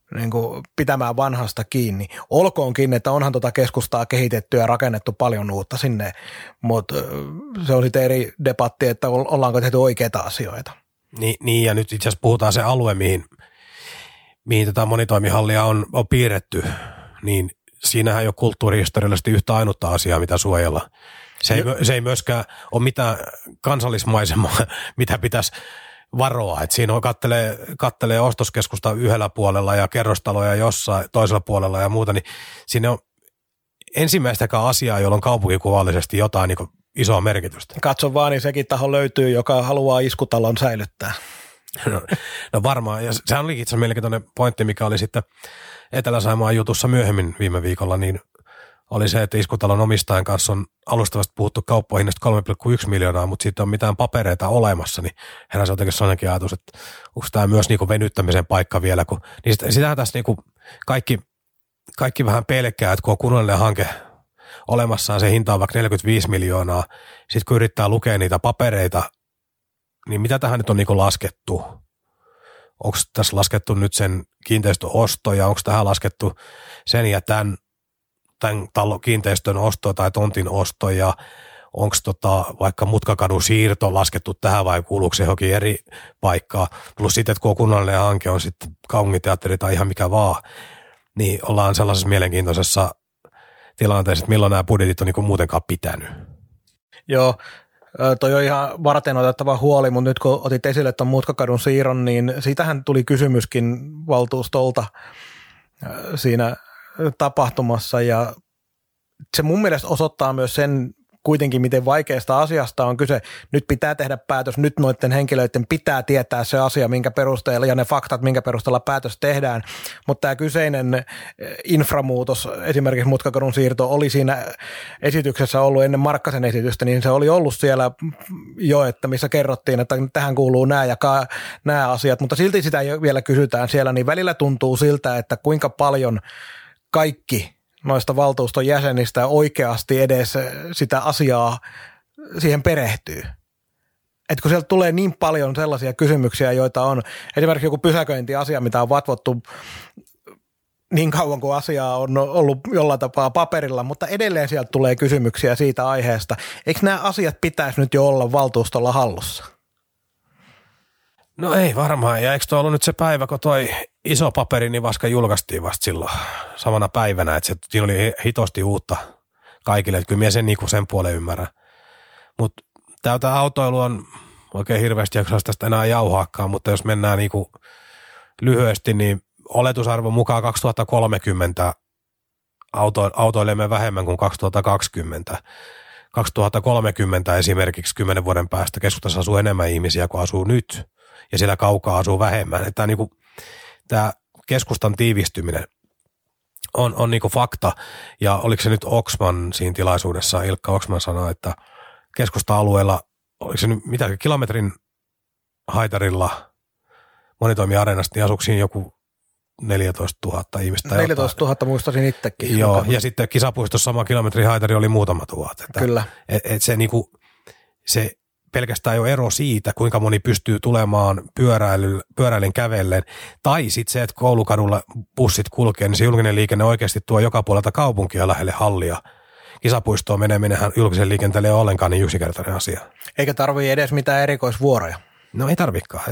niin kuin pitämään vanhasta kiinni. Olkoonkin, että onhan tuota keskustaa kehitetty ja rakennettu paljon uutta sinne, mutta se on sitten eri debatti, että ollaanko tehty oikeita asioita. Niin, niin ja nyt itse asiassa puhutaan se alue, mihin, mihin tätä monitoimihallia on, on piirretty, niin siinähän ei ole kulttuurihistoriallisesti yhtä ainutta asiaa, mitä suojella. Se ei, se ei myöskään ole mitään kansallismaisemaa, mitä pitäisi varoa. Et siinä on kattelee, kattelee ostoskeskusta yhdellä puolella ja kerrostaloja jossain toisella puolella ja muuta, niin siinä on ensimmäistäkään asiaa, jolla on kaupunkikuvallisesti jotain niin kuin isoa merkitystä. Katso vaan, niin sekin taho löytyy, joka haluaa iskutalon säilyttää. No, no varmaan, ja sehän oli itse asiassa mielenkiintoinen pointti, mikä oli sitten Etelä-Saimaan jutussa myöhemmin viime viikolla, niin oli se, että iskutalon omistajan kanssa on alustavasti puhuttu kauppahinnasta kolme pilkku yksi miljoonaa, mutta siitä on mitään papereita olemassa, niin heräsi jotenkin sellainenkin ajatus, että onko tämä myös niinku venyttämisen paikka vielä, kun, niin sit, sitähän tässä niinku kaikki, kaikki vähän pelkää, että kun on kunnallinen hanke olemassaan, se hinta on vaikka neljäkymmentäviisi miljoonaa, sitten kun yrittää lukea niitä papereita, niin mitä tähän nyt on niinku laskettu? Onko tässä laskettu nyt sen kiinteistöosto ja onko tähän laskettu sen ja tämän, tämän talon kiinteistön osto tai tontin osto ja onko tota vaikka Mutkakadun siirto laskettu tähän vai kuuluuko se johonkin eri paikkaan. Plus sitten, että kun on kunnallinen hanke on sitten kaupunginteatteri tai ihan mikä vaan, niin ollaan sellaisessa mielenkiintoisessa tilanteessa, että milloin nämä budjetit on niin kuin muutenkaan pitänyt. Joo. Toi on ihan varten otettava huoli, mutta nyt kun otit esille tuon Mutkakadun siirron, niin siitähän tuli kysymyskin valtuustolta siinä tapahtumassa ja se mun mielestä osoittaa myös sen kuitenkin, miten vaikeasta asiasta on kyse. Nyt pitää tehdä päätös, nyt noiden henkilöiden pitää tietää se asia, minkä perusteella ja ne faktat, minkä perusteella päätös tehdään, mutta tämä kyseinen inframuutos, esimerkiksi Mutkakadun siirto, oli siinä esityksessä ollut ennen Markkasen esitystä, niin se oli ollut siellä jo, että missä kerrottiin, että tähän kuuluu nämä ja nämä asiat, mutta silti sitä vielä kysytään siellä, niin välillä tuntuu siltä, että kuinka paljon kaikki noista valtuuston jäsenistä oikeasti edes sitä asiaa siihen perehtyy. Että kun sieltä tulee niin paljon sellaisia kysymyksiä, joita on esimerkiksi joku pysäköintiasia, mitä on vatvottu niin kauan kuin asiaa on ollut jollain tapaa paperilla, mutta edelleen sieltä tulee kysymyksiä siitä aiheesta. Eikö nämä asiat pitäisi nyt jo olla valtuustolla hallussa? No ei varmaan, ja eikö tuo ollut nyt se päivä, kun toi iso paperi niin vasta julkaistiin vasta silloin samana päivänä, että se, siinä oli hitosti uutta kaikille, että kyllä minä sen, niin sen puolen ymmärrän. Mutta täältä autoilu on oikein hirveästi jaksaisi tästä enää jauhaakaan, mutta jos mennään niin kuin lyhyesti, niin oletusarvon mukaan kaksituhattakolmekymmentä auto, autoilemme vähemmän kuin kaksituhattakaksikymmentä. kaksituhattakolmekymmentä esimerkiksi kymmenen vuoden päästä keskustassa asuu enemmän ihmisiä kuin asuu nyt, ja siellä kaukaa asuu vähemmän. Että tämä, niin kuin, tämä keskustan tiivistyminen on, on niin kuin fakta, ja oliko se nyt Oxman siinä tilaisuudessa, Ilkka Oxman sanoi, että keskusta-alueella, oliko se nyt mitä, kilometrin haitarilla monitoimiareenasta, niin asuiko siinä joku neljätoistatuhatta ihmistä. neljätoistatuhatta muistasin itsekin. Joo, ja sitten kisapuistossa sama kilometri haitari oli muutama tuhat. Että, Kyllä. Et, et se, niinku, se pelkästään jo ero siitä, kuinka moni pystyy tulemaan pyöräily, pyöräilyn kävellen, tai sitten se, että koulukadulla bussit kulkee, niin se julkinen liikenne oikeasti tuo joka puolelta kaupunkia lähelle hallia. Kisapuistoon meneminenhän julkisen liikenteelle ei ole ollenkaan niin yksinkertainen asia. Eikä tarvii edes mitään erikoisvuoroja. No ei tarvikaan.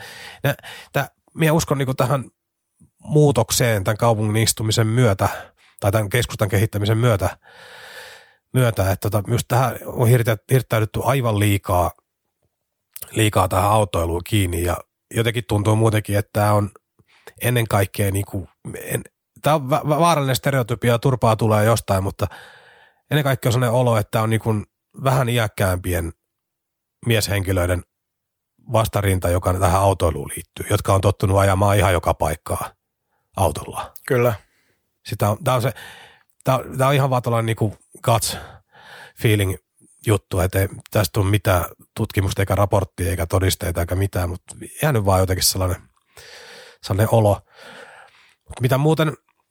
Minä uskon niinku tähän muutokseen tämän kaupungin istumisen myötä, tai tämän keskustan kehittämisen myötä, myötä että tota, myös tähän on hirttäydytty aivan liikaa, liikaa tähän autoiluun kiinni, ja jotenkin tuntuu muutenkin, että tämä on ennen kaikkea, niin kuin, en, tämä on vaarallinen stereotypia, turpaa tulee jostain, mutta ennen kaikkea on sellainen olo, että tämä on niin kuin vähän iäkkäämpien mieshenkilöiden vastarinta, joka tähän autoiluun liittyy, jotka on tottunut ajamaan ihan joka paikkaa autolla. Kyllä. Sitä on, tämä on se, tämä on, tämä on ihan vaan tuollainen niin kuin guts feeling juttu, että ei tästä ole mitään tutkimusta eikä raporttia eikä todisteita eikä mitään, mutta jäänyt vaan jotenkin sellainen, sellainen olo. Mitä muuten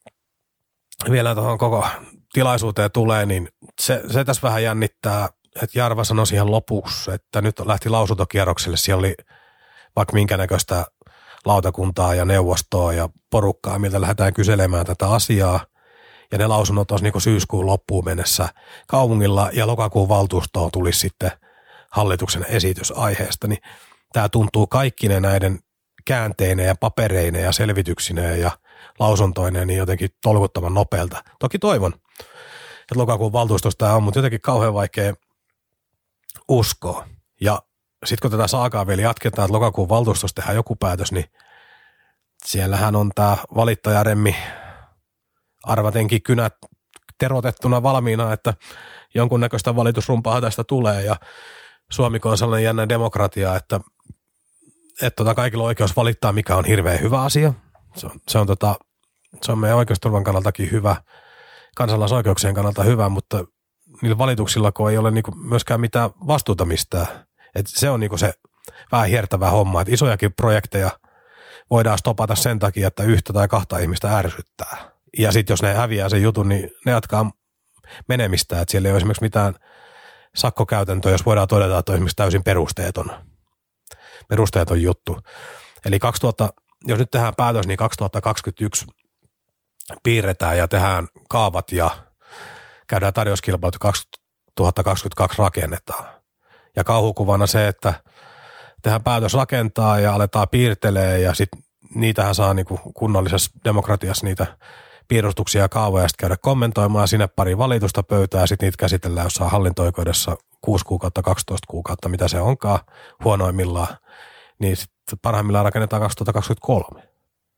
vielä tuohon koko tilaisuuteen tulee, niin se, se tässä vähän jännittää, että Jarva sanoi siihen lopuksi, että nyt lähti lausuntokierrokselle, siellä oli vaikka minkä näköistä lautakuntaa ja neuvostoa ja porukkaa, miltä lähdetään kyselemään tätä asiaa. Ja ne lausunnot olisi niin syyskuun loppuun mennessä kaupungilla ja lokakuun valtuustoon tulisi sitten hallituksen esitys aiheesta. Niin tämä tuntuu kaikkine näiden käänteineen ja papereineen ja selvityksineen ja lausuntoineen niin jotenkin tolkuttoman nopealta. Toki toivon, että lokakuun valtuustossa tämä on, mutta jotenkin kauhean vaikea uskoa. Ja sitten kun tätä saakaa vielä jatketaan, että lokakuun valtuustossa tehdään joku päätös, niin siellähän on tämä valittajaremmi arvatenkin kynät terotettuna valmiina, että jonkunnäköistä valitusrumpaa tästä tulee ja Suomi on sellainen jännä demokratia, että, että tota kaikilla on oikeus valittaa, mikä on hirveän hyvä asia. Se on, se on, tota, se on meidän oikeusturvan kannaltakin hyvä, kansalaisoikeuksien kannalta hyvä, mutta niillä valituksilla, kun ei ole niinku myöskään mitään vastuuta mistään. Et se on niinku se vähän hiertävä homma, että isojakin projekteja voidaan stopata sen takia, että yhtä tai kahta ihmistä ärsyttää. Ja sitten jos ne häviää sen jutun, niin ne jatkaa menemistä, että siellä ei ole esimerkiksi mitään sakkokäytäntöä, jos voidaan todeta, että on esimerkiksi täysin perusteeton, perusteeton juttu. Eli kaksituhatta, jos nyt tehdään päätös, niin kaksituhattakaksikymmentäyksi piirretään ja tehdään kaavat ja käydään tarjouskilpailut, kaksituhattakaksikymmentäkaksi rakennetaan. Ja kauhukuvana se, että tehdään päätös rakentaa ja aletaan piirtelee ja sitten niitähän saa niinku kunnallisessa demokratiassa niitä piirustuksia ja kaavoja sitten käydä kommentoimaan sinne pari valitusta pöytää ja sitten niitä käsitellään jossain hallinto-oikeudessa kuusi kuukautta, kaksitoista kuukautta, mitä se onkaan huonoimmillaan, niin sitten parhaimmillaan rakennetaan kaksituhattakaksikymmentäkolme.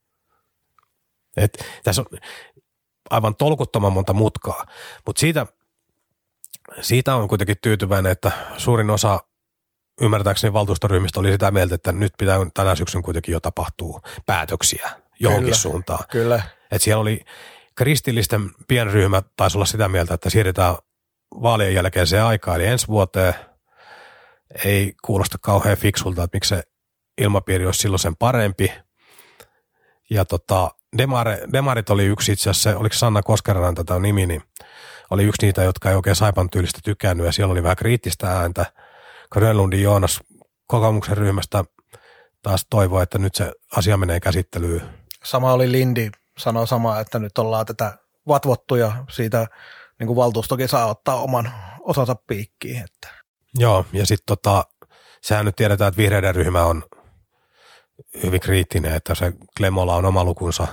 Et tässä on aivan tolkuttoman monta mutkaa, mutta siitä, siitä on kuitenkin tyytyväinen, että suurin osa ymmärtääkseni valtuustoryhmistä oli sitä mieltä, että nyt pitää tänä syksyn kuitenkin jo tapahtuu päätöksiä johonkin kyllä, suuntaan. Kyllä. Että siellä oli kristillisten pienryhmä, taisi olla sitä mieltä, että siirretään vaalien jälkeiseen aikaan, eli ensi vuoteen ei kuulosta kauhean fiksulta, että miksi se ilmapiiri olisi silloin sen parempi. Ja tota, Demare, Demarit oli yksi itse asiassa, se, oliko Sanna Koskeran tätä nimi, niin oli yksi niitä, jotka ei oikein Saipan tyylistä tykännyt, ja siellä oli vähän kriittistä ääntä. Grönlundin Joonas kokoomuksen ryhmästä taas toivoi, että nyt se asia menee käsittelyyn. Sama oli Lindi, sanoi samaa, että nyt ollaan tätä vatvottu ja siitä niin kuin valtuustokin saa ottaa oman osansa piikkiin. Että. Joo, ja sitten tota, sehän nyt tiedetään, että vihreiden ryhmä on hyvin kriittinen, että se Klemola on oma lukunsa.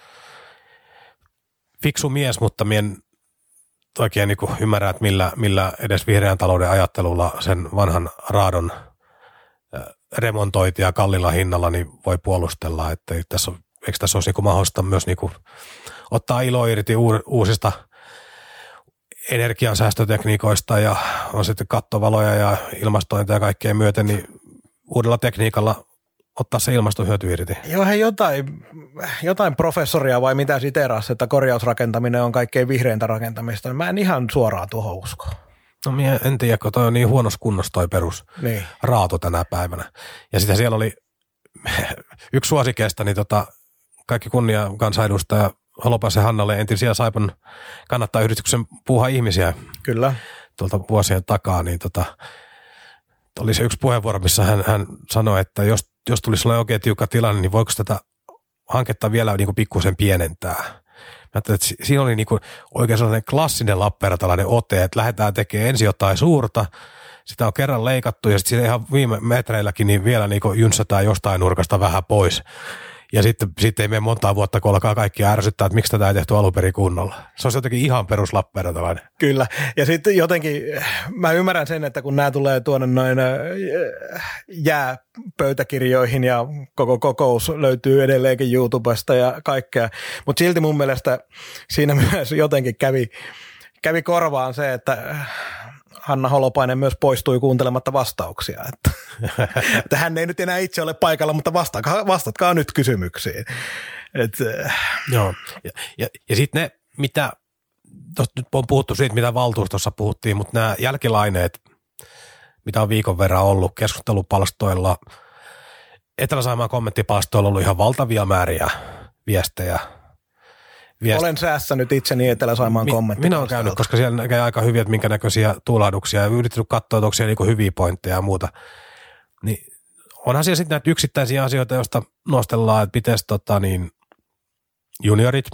Fiksu mies, mutta mien oikein niin kuin ymmärrä, että millä, millä edes vihreän talouden ajattelulla sen vanhan raadon remontointia kallilla hinnalla niin voi puolustella, että tässä on, eikö tässä olisi niin kuin mahdollista myös niin kuin ottaa ilo irti uusista energiansäästötekniikoista ja on sitten kattovaloja ja ilmastointia ja kaikkea myöten, niin uudella tekniikalla ottaa se ilmastohyöty irti. Joo, hei jotain, jotain professoria vai mitä siteerasi, että korjausrakentaminen on kaikkein vihreintä rakentamista. Mä en ihan suoraan tuohon usko. No minä en tiedä, kun toi on niin huonossa kunnossa toi perus niin. raato tänä päivänä. Ja sitä siellä oli yksi suosikeista, niin tota, kaikki kunnia kansanedustaja Holopaisen Hannalle entisiä Saipan kannattaa yhdistyksen puuhaa ihmisiä. Kyllä. Tuolta vuosien takaa, niin tota, oli se yksi puheenvuoro, missä hän, hän sanoi, että jos, jos tulisi sellainen oikein tiukka tilanne, niin voiko tätä hanketta vielä niin kuin pikkusen pienentää? Mä ajattelin, että siinä oli niin kuin oikein sellainen klassinen lappeenrantalainen ote, että lähdetään tekemään ensin jotain suurta, sitä on kerran leikattu ja sitten ihan viime metreilläkin niin vielä niin kuin jynssätään jostain nurkasta vähän pois. Ja sitten, sitten ei mene montaa vuotta, kun alkaa kaikki ärsyttää, että miksi tätä ei tehty alun perin kunnolla. Se on jotenkin ihan perus lappeenrantalainen. Kyllä. Ja sitten jotenkin, mä ymmärrän sen, että kun nämä tulee tuonne noin jääpöytäkirjoihin ja koko kokous löytyy edelleenkin YouTubesta ja kaikkea. Mutta silti mun mielestä siinä myös jotenkin kävi, kävi korvaan se, että Hanna Holopainen myös poistui kuuntelematta vastauksia. Että, että hän ei nyt enää itse ole paikalla, mutta vastatkaa, vastatkaa nyt kysymyksiin. Et, Joo, ja, ja, ja sitten ne, mitä, nyt on puhuttu siitä, mitä valtuustossa puhuttiin, mutta nämä jälkilaineet, mitä on viikon verran ollut keskustelupalstoilla, Etelä-Saimaan kommenttipalstoilla on ollut ihan valtavia määriä viestejä. Viest... Olen säästänyt itseni Etelä-Saimaan kommenttipalstoilla. Minä olen käynyt, koska siellä näkee aika hyviä, että minkä näköisiä tuulahduksia ja yritetty katsoa, että onko siellä niin hyviä pointteja ja muuta. Niin onhan siellä sitten näitä yksittäisiä asioita, joista nostellaan, että pitäisi tota niin, juniorit,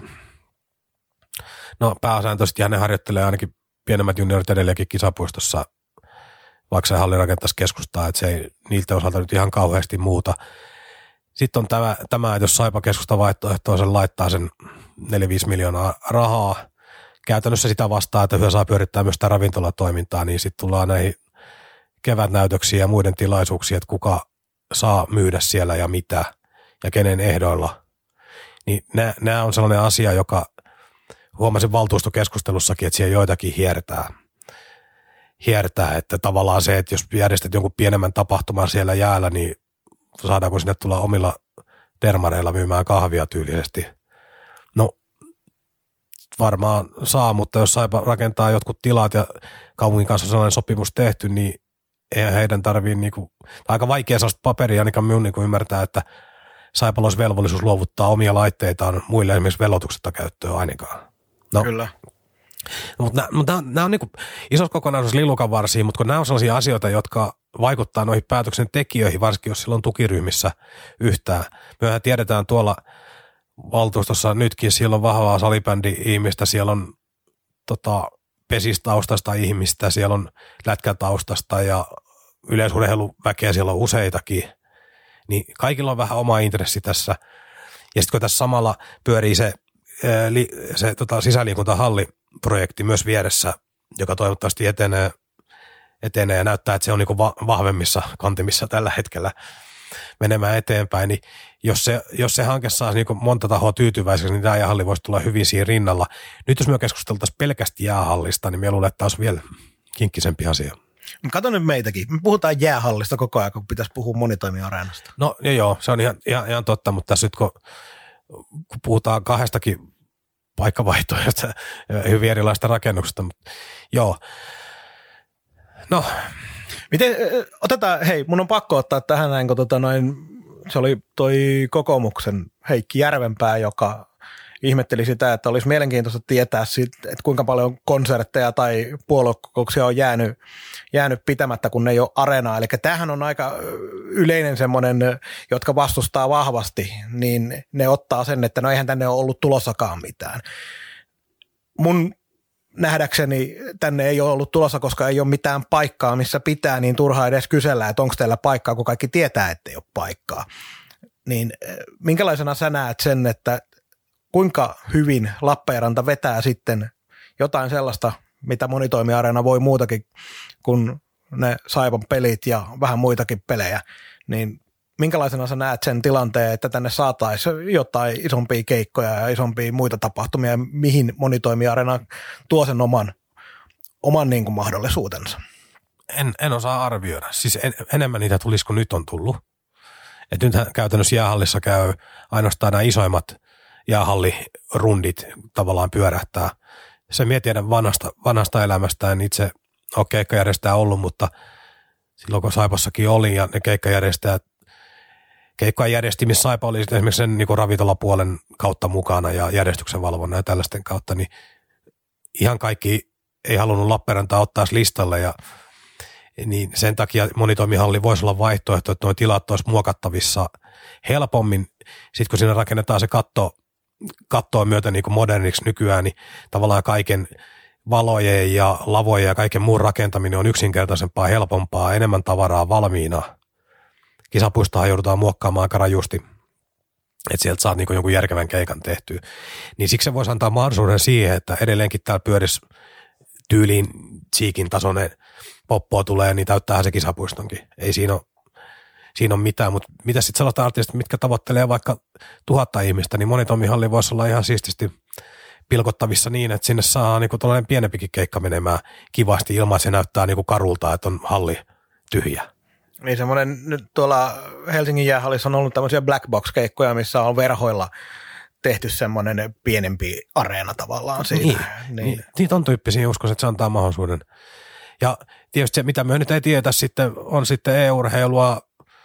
no pääsääntöisesti ne harjoittelee ainakin pienemmät juniorit edelleenkin kisapuistossa, vaikka se halli rakentaisi keskustaa, että se ei niiltä osalta nyt ihan kauheasti muuta. Sitten on tämä, tämä että jos Saipa keskusta vaihtoehtoa, sen laittaa sen neljä viisi miljoonaa rahaa, käytännössä sitä vastaa, että hyvä saa pyörittää myös sitä ravintolatoimintaa, niin sitten tullaan näihin kevätnäytöksiin ja muiden tilaisuuksiin, että kuka saa myydä siellä ja mitä ja kenen ehdoilla. Niin nämä on sellainen asia, joka huomasin valtuustokeskustelussakin, että siellä joitakin hiertää. Hiertää, että tavallaan se, että jos järjestät jonkun pienemmän tapahtuman siellä jäällä, niin saadaanko sinne tulla omilla termareilla myymään kahvia tyylisesti. No varmaan saa, mutta jos Saipa rakentaa jotkut tilat ja kaupungin kanssa on sellainen sopimus tehty, niin eihän heidän tarvii, niinku, aika vaikea sellaista paperia ainakaan minun niinku ymmärtää, että Saipalla olisi velvollisuus luovuttaa omia laitteitaan muille esimerkiksi velotuksetta käyttöön ainakaan. No, Kyllä. No, mutta nämä, nämä on niinku isossa kokonaisuus lillukan varsiin, mutta kun nämä on sellaisia asioita, jotka vaikuttaa noihin päätöksentekijöihin, varsinkin jos siellä on tukiryhmissä yhtään. Mehän tiedetään tuolla valtuustossa nytkin, siellä on vahvaa salibändi-ihmistä, siellä on tota, pesistaustasta ihmistä, siellä on lätkätaustasta ja yleisurheiluväkeä siellä on useitakin. Niin kaikilla on vähän oma intressi tässä. Ja sitten kun tässä samalla pyörii se, se tota, sisäliikuntahalliprojekti myös vieressä, joka toivottavasti etenee, etenee ja näyttää, että se on niinku vahvemmissa kantimissa tällä hetkellä menemään eteenpäin, niin jos se, jos se hanke saa niinku monta tahoa tyytyväiseksi, niin tämä jäähalli voisi tulla hyvin siinä rinnalla. Nyt jos me keskusteltaisiin pelkästään jäähallista, niin me luulen, että tämä olisi vielä kinkkisempi asia. Kato nyt meitäkin. Me puhutaan jäähallista koko ajan, kun pitäisi puhua monitoimiareenasta. No joo, joo, se on ihan, ihan, ihan totta, mutta tässä nyt kun, kun puhutaan kahdestakin paikkavaihtoehdosta hyvin erilaista rakennuksesta, mutta joo. No. Miten, otetaan, hei, mun on pakko ottaa tähän näin, kun tota noin, se oli toi kokoomuksen Heikki Järvenpää, joka ihmetteli sitä, että olisi mielenkiintoista tietää, siitä, että kuinka paljon konsertteja tai puoluekokouksia on jäänyt, jäänyt pitämättä, kun ne ei ole areenaa. Eli tämähän on aika yleinen semmoinen, jotka vastustaa vahvasti, niin ne ottaa sen, että no eihän tänne ole ollut tulossakaan mitään. Mun nähdäkseni tänne ei ole ollut tulossa, koska ei ole mitään paikkaa, missä pitää, niin turhaa edes kysellä, että onko teillä paikkaa, kun kaikki tietää, että ei ole paikkaa. Niin minkälaisena sä näet sen, että kuinka hyvin Lappeenranta vetää sitten jotain sellaista, mitä monitoimiareena voi muutakin kuin ne Saipan pelit ja vähän muitakin pelejä, niin minkälaisena sä näet sen tilanteen, että tänne saataisiin jotain isompia keikkoja ja isompia muita tapahtumia, mihin monitoimiareena tuo sen oman, oman niin kuin mahdollisuutensa? En, en osaa arvioida. Siis en, enemmän niitä tulisi kuin nyt on tullut. Et nythän käytännössä jäähallissa käy ainoastaan nämä isoimmat jäähallirundit tavallaan pyörähtää. Se minä tiedän vanhasta, vanhasta elämästä, en itse ole keikkajärjestäjä ollut, mutta silloin kun Saipassakin oli ja ne keikkajärjestäjät, keikkojen järjestimissä Saipa oli esimerkiksi sen niin kuin ravintolapuolen kautta mukana ja järjestyksen valvonnan ja tällaisten kautta, niin ihan kaikki ei halunnut Lappeenrantaa ottaa listalle ja niin sen takia monitoimihalli voisi olla vaihtoehto, että nuo tilat olisi muokattavissa helpommin. Sitten kun siinä rakennetaan se katto, kattoa myötä niin kuin moderniksi nykyään, niin tavallaan kaiken valojen ja lavojen ja kaiken muun rakentaminen on yksinkertaisempaa, helpompaa, enemmän tavaraa valmiina. Kisapuistohan joudutaan muokkaamaan aika rajusti, että sieltä saat niin kuin jonkun järkevän keikan tehtyä. Niin siksi se voisi antaa mahdollisuuden siihen, että edelleenkin täällä pyörisi tyyliin Tsiikin tasoinen poppoa tulee, niin täyttäähän se kisapuistonkin. Ei siinä ole, siinä ole mitään, mutta mitä sitten sellaista artistit, mitkä tavoittelee vaikka tuhatta ihmistä, niin monitoimihalli voisi olla ihan siististi pilkottavissa niin, että sinne saa niinku tuollainen pienempikin keikka menemään kivasti ilman, että se näyttää niinku karulta, että on halli tyhjä. Niin semmoinen, nyt tuolla Helsingin jäähallissa on ollut tämmöisiä black box-keikkoja, missä on verhoilla tehty semmoinen pienempi areena tavallaan siitä. Niin, niin. niin, niin ton tyyppisiä uskoisin, että se antaa mahdollisuuden. Ja tietysti se, mitä me nyt ei tiedä sitten, on sitten e-urheilua,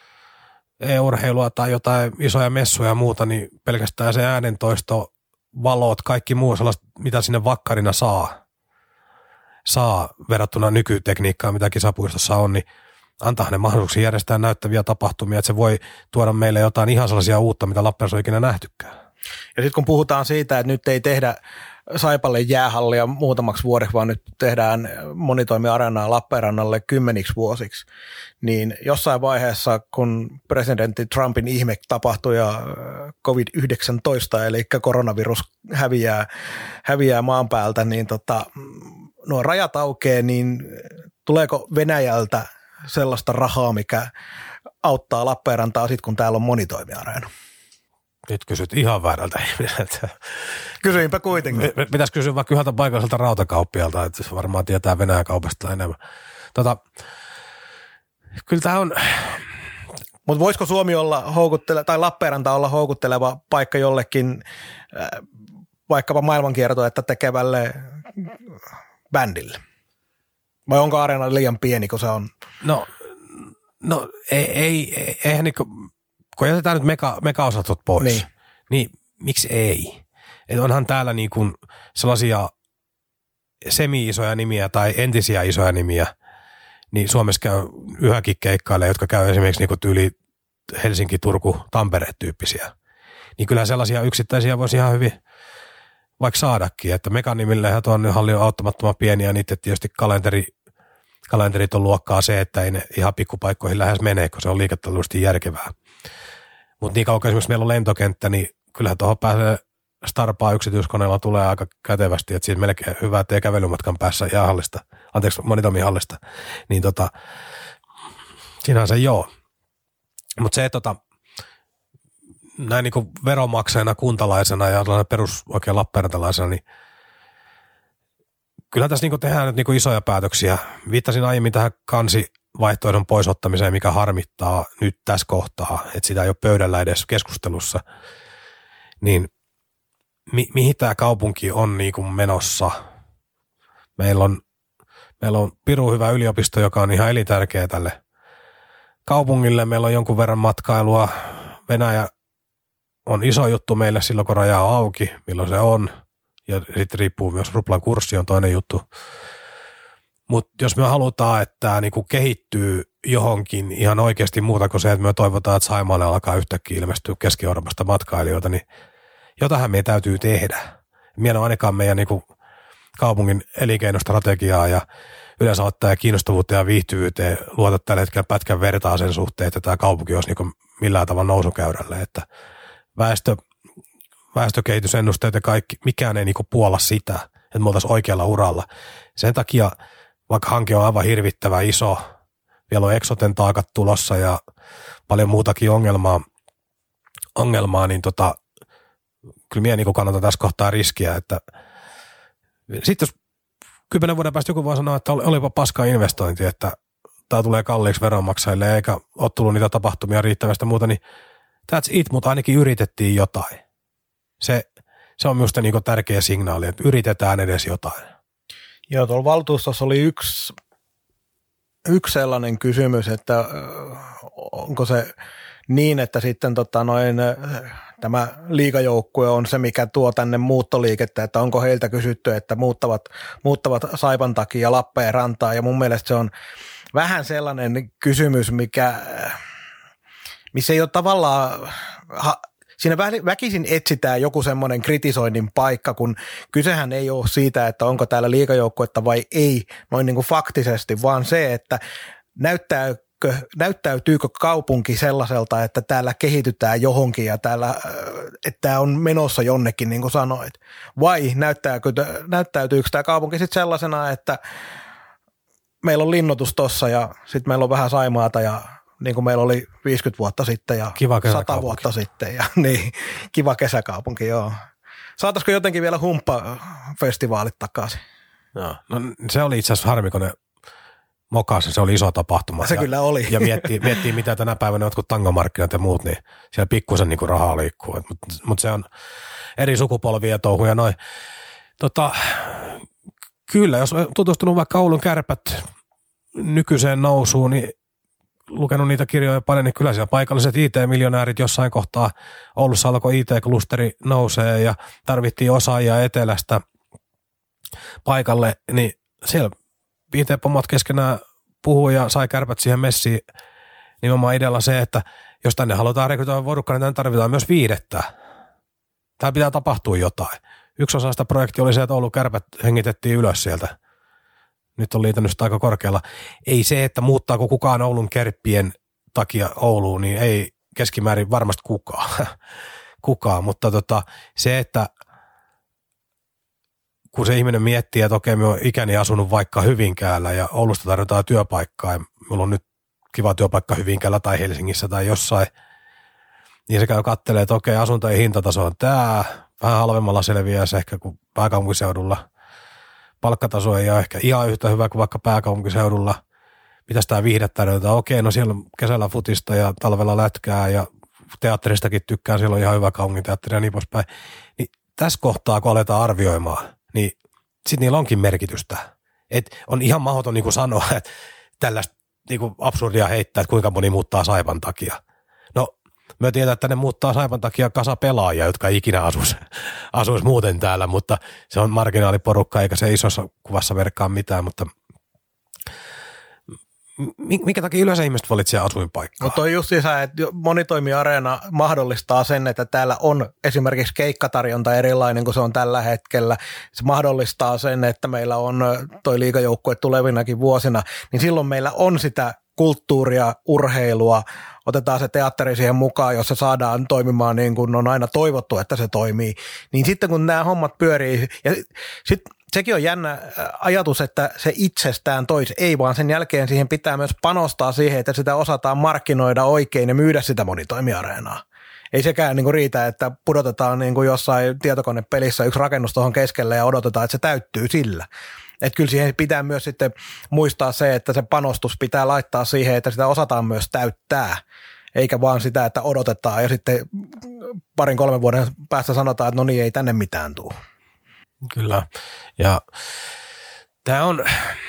e-urheilua tai jotain isoja messuja ja muuta, niin pelkästään se äänentoisto, valot, kaikki muu sellaista, mitä sinne vakkarina saa, saa verrattuna nykytekniikkaan, mitä kisapuistossa on, niin antaa ne mahdollisuuksia järjestää näyttäviä tapahtumia, että se voi tuoda meille jotain ihan sellaisia uutta, mitä Lappeenrannassa on ikinä nähtykään. Ja sitten kun puhutaan siitä, että nyt ei tehdä Saipalle jäähallia muutamaksi vuodeksi, vaan nyt tehdään monitoimiareenaa Lappeenrannalle kymmeniksi vuosiksi, niin jossain vaiheessa, kun presidentti Trumpin ihme tapahtui ja covid yhdeksäntoista, eli koronavirus häviää, häviää maan päältä, niin tota, nuo rajat aukeaa, niin tuleeko Venäjältä sellaista rahaa, mikä auttaa Lappeenrantaa sitten, kun täällä on monitoimiareena? Nyt kysyt ihan väärältä ihmiseltä. Kysyinpä kuitenkin. Pitäisi kysyä vaikka yhdeltä paikalliselta rautakauppialta, että varmaan tietää Venäjän kaupasta enemmän. Tota, kyllä tämä on... Mutta voisiko Suomi olla houkutteleva, tai Lappeenranta olla houkutteleva paikka jollekin äh, vaikkapa maailmankiertoetta tekevälle bändille? Vai onko areena liian pieni, kun se on? No, no ei, ei, ei eihän niin kuin, kun jätetään nyt mega, mega-osatot pois, niin. niin miksi ei? Et onhan täällä niin kuin sellaisia semi-isoja nimiä tai entisiä isoja nimiä, niin Suomessa käy yhäkin keikkaille, jotka käy esimerkiksi niin kuin tyyli Helsinki, Turku, Tampere tyyppisiä. Niin kyllä sellaisia yksittäisiä voisi ihan hyvin vaikka saadakin, että meganimillehän on hallin auttamattoman pieniä, niitä tietysti kalenteri, kalenterit on luokkaa se, että ei ne ihan pikkupaikkoihin lähes mene, kun se on liiketaloudellisesti järkevää. Mutta niin kauan esimerkiksi meillä on lentokenttä, niin kyllähän tuohon pääsee Starpaa yksityiskoneella tulee aika kätevästi, että siitä melkein hyvä, ettei kävelymatkan päässä jäähallista, anteeksi monitoimihallista, niin tota, siinähän se joo. Mutta se, että tota, näin niin kuin veronmaksajana, kuntalaisena ja perus oikein lappeenrantalaisena, niin kyllähän tässä niin kuin tehdään nyt niin kuin isoja päätöksiä. Viittasin aiemmin tähän kansivaihtoehdon poisottamiseen, mikä harmittaa nyt tässä kohtaa, että sitä ei ole pöydällä edes keskustelussa, niin mi- mihin tämä kaupunki on niin kuin menossa? Meillä on, meillä on pirun hyvä yliopisto, joka on ihan elintärkeä tälle kaupungille. Meillä on jonkun verran matkailua. Venäjä on iso juttu meille silloin, kun raja on auki, milloin se on. Ja sitten riippuu myös ruplan kurssi on toinen juttu. Mutta jos me halutaan, että tämä niinku kehittyy johonkin ihan oikeasti muuta kuin se, että me toivotaan, että Saimaalle alkaa yhtäkkiä ilmestyä Keski-Euroopasta matkailijoita, niin jotainhan meidän täytyy tehdä. Minä en ole ainakaan meidän niinku kaupungin elinkeinostrategiaa ja yleensä ottaa kiinnostavuutta ja viihtyvyyteen luota tällä hetkellä pätkän vertaa sen suhteen, että tämä kaupunki olisi niinku millään tavalla nousukäyrällä, että väestö, väestökehitysennusteet ja kaikki, mikään ei niinku puolla sitä, että me oltaisiin oikealla uralla. Sen takia, vaikka hanke on aivan hirvittävä iso, vielä on Exoten taakat tulossa ja paljon muutakin ongelmaa, ongelmaa niin tota, kyllä minä niin kannatan tässä kohtaa riskiä, että sitten jos kymmenen vuoden päästä joku voi sanoa, että olipa paska investointi, että tämä tulee kalliiksi veronmaksajille eikä ole tullut niitä tapahtumia riittävästä muuta, niin that's it, mutta ainakin yritettiin jotain. Se, se on minusta niin tärkeä signaali, että yritetään edes jotain. Joo, tuolla valtuustossa oli yksi, yksi sellainen kysymys, että onko se niin, että sitten tota noin, tämä liigajoukkue on se, mikä tuo tänne muuttoliikettä, että onko heiltä kysytty, että muuttavat, muuttavat Saipan takia Lappeenrantaa, ja mun mielestä se on vähän sellainen kysymys, mikä, missä ei ole tavallaan, ha, siinä väkisin etsitään joku semmoinen kritisoinnin paikka, kun kysehän ei ole siitä, että onko täällä liigajoukkuetta vai ei, noin niin kuin faktisesti, vaan se, että näyttää näyttäytyykö kaupunki sellaiselta, että täällä kehitytään johonkin ja täällä, että tämä on menossa jonnekin, niin kuin sanoit. Vai näyttääkö, näyttäytyykö tämä kaupunki sitten sellaisena, että meillä on linnoitus tossa ja sitten meillä on vähän Saimaata ja niin kuin meillä oli viisikymmentä vuotta sitten ja sata vuotta sitten. Ja, niin, kiva kesäkaupunki, joo. Saataisiko jotenkin vielä humppafestivaalit takaisin? No, no se oli itse asiassa harmi, kun ne mokassa, se oli iso tapahtuma. Se ja, kyllä oli. Ja miettii, miettii, mitä tänä päivänä jotkut tangomarkkinat ja muut, niin siellä pikkusen niin kuin rahaa liikkuu. Mutta mut se on eri sukupolvia touhuja noin. Tota, kyllä, jos on tutustunut vaikka Oulun Kärpät nykyiseen nousuun, niin lukenut niitä kirjoja paljon, niin kyllä siellä paikalliset I T-miljonäärit jossain kohtaa Oulussa alkoi I T-klusteri nousee ja tarvittiin osaajia etelästä paikalle, niin siellä I T-pomot keskenään puhui ja sai Kärpät siihen messiin nimenomaan idealla se, että jos tänne halutaan rekrytoida porukka, niin tänne tarvitaan myös viidettä. Täällä pitää tapahtua jotain. Yksi osa sitä projektia oli se, että Oulun Kärpät hengitettiin ylös sieltä. Nyt on liitänyt sitä aika korkealla. Ei se, että muuttaako kukaan Oulun Kärppien takia Ouluun, niin ei keskimäärin varmasti kukaan. kukaan. Mutta tota, se, että kun se ihminen miettii, että okei, me on ikäni asunut vaikka Hyvinkäällä ja Oulusta tarvitaan työpaikkaa ja mulla on nyt kiva työpaikka Hyvinkäällä tai Helsingissä tai jossain, niin se käy kattelee, että okei, asuntojen hintataso on tää, vähän halvemmalla selviää se ehkä kuin pääkaupunkiseudulla. Palkkataso ei ole ehkä ihan yhtä hyvä kuin vaikka pääkaupunkiseudulla. Mitäs tää viihdettä tarjotaan? Okei, no siellä on kesällä futista ja talvella lätkää ja teatteristakin tykkään, siellä on ihan hyvä kaupunginteatteri ja niin poispäin. Niin tässä kohtaa, kun aletaan arvioimaan, niin sitten niillä onkin merkitystä. Et on ihan mahdoton niin kuin sanoa, että tällaista niin kuin absurdia heittää, että kuinka moni muuttaa Saipan takia. No, me tiedetään, että ne muuttaa Saipan takia kasa pelaajia, jotka ei ikinä asuisi, asuisi muuten täällä, mutta se on marginaaliporukka, eikä se isossa kuvassa verkkaa mitään, mutta minkä takia yleensä ihmiset valitsee asuinpaikkaa? No toi just isä, että monitoimiareena mahdollistaa sen, että täällä on esimerkiksi keikkatarjonta erilainen kuin se on tällä hetkellä. Se mahdollistaa sen, että meillä on toi liigajoukkue tulevinakin vuosina, niin silloin meillä on sitä kulttuuria, urheilua, otetaan se teatteri siihen mukaan, jos se saadaan toimimaan niin kuin on aina toivottu, että se toimii. Niin sitten kun nämä hommat pyörii, ja sitten sekin on jännä ajatus, että se itsestään toisi, ei vaan sen jälkeen siihen pitää myös panostaa siihen, että sitä osataan markkinoida oikein ja myydä sitä monitoimiareenaa. Ei sekään niin kuin riitä, että pudotetaan niin kuin jossain tietokonepelissä yksi rakennus tuohon keskelle ja odotetaan, että se täyttyy sillä. Että kyllä siihen pitää myös sitten muistaa se, että se panostus pitää laittaa siihen, että sitä osataan myös täyttää, eikä vaan sitä, että odotetaan ja sitten parin kolmen vuoden päästä sanotaan, että no niin, ei tänne mitään tule. Kyllä, ja tämä on,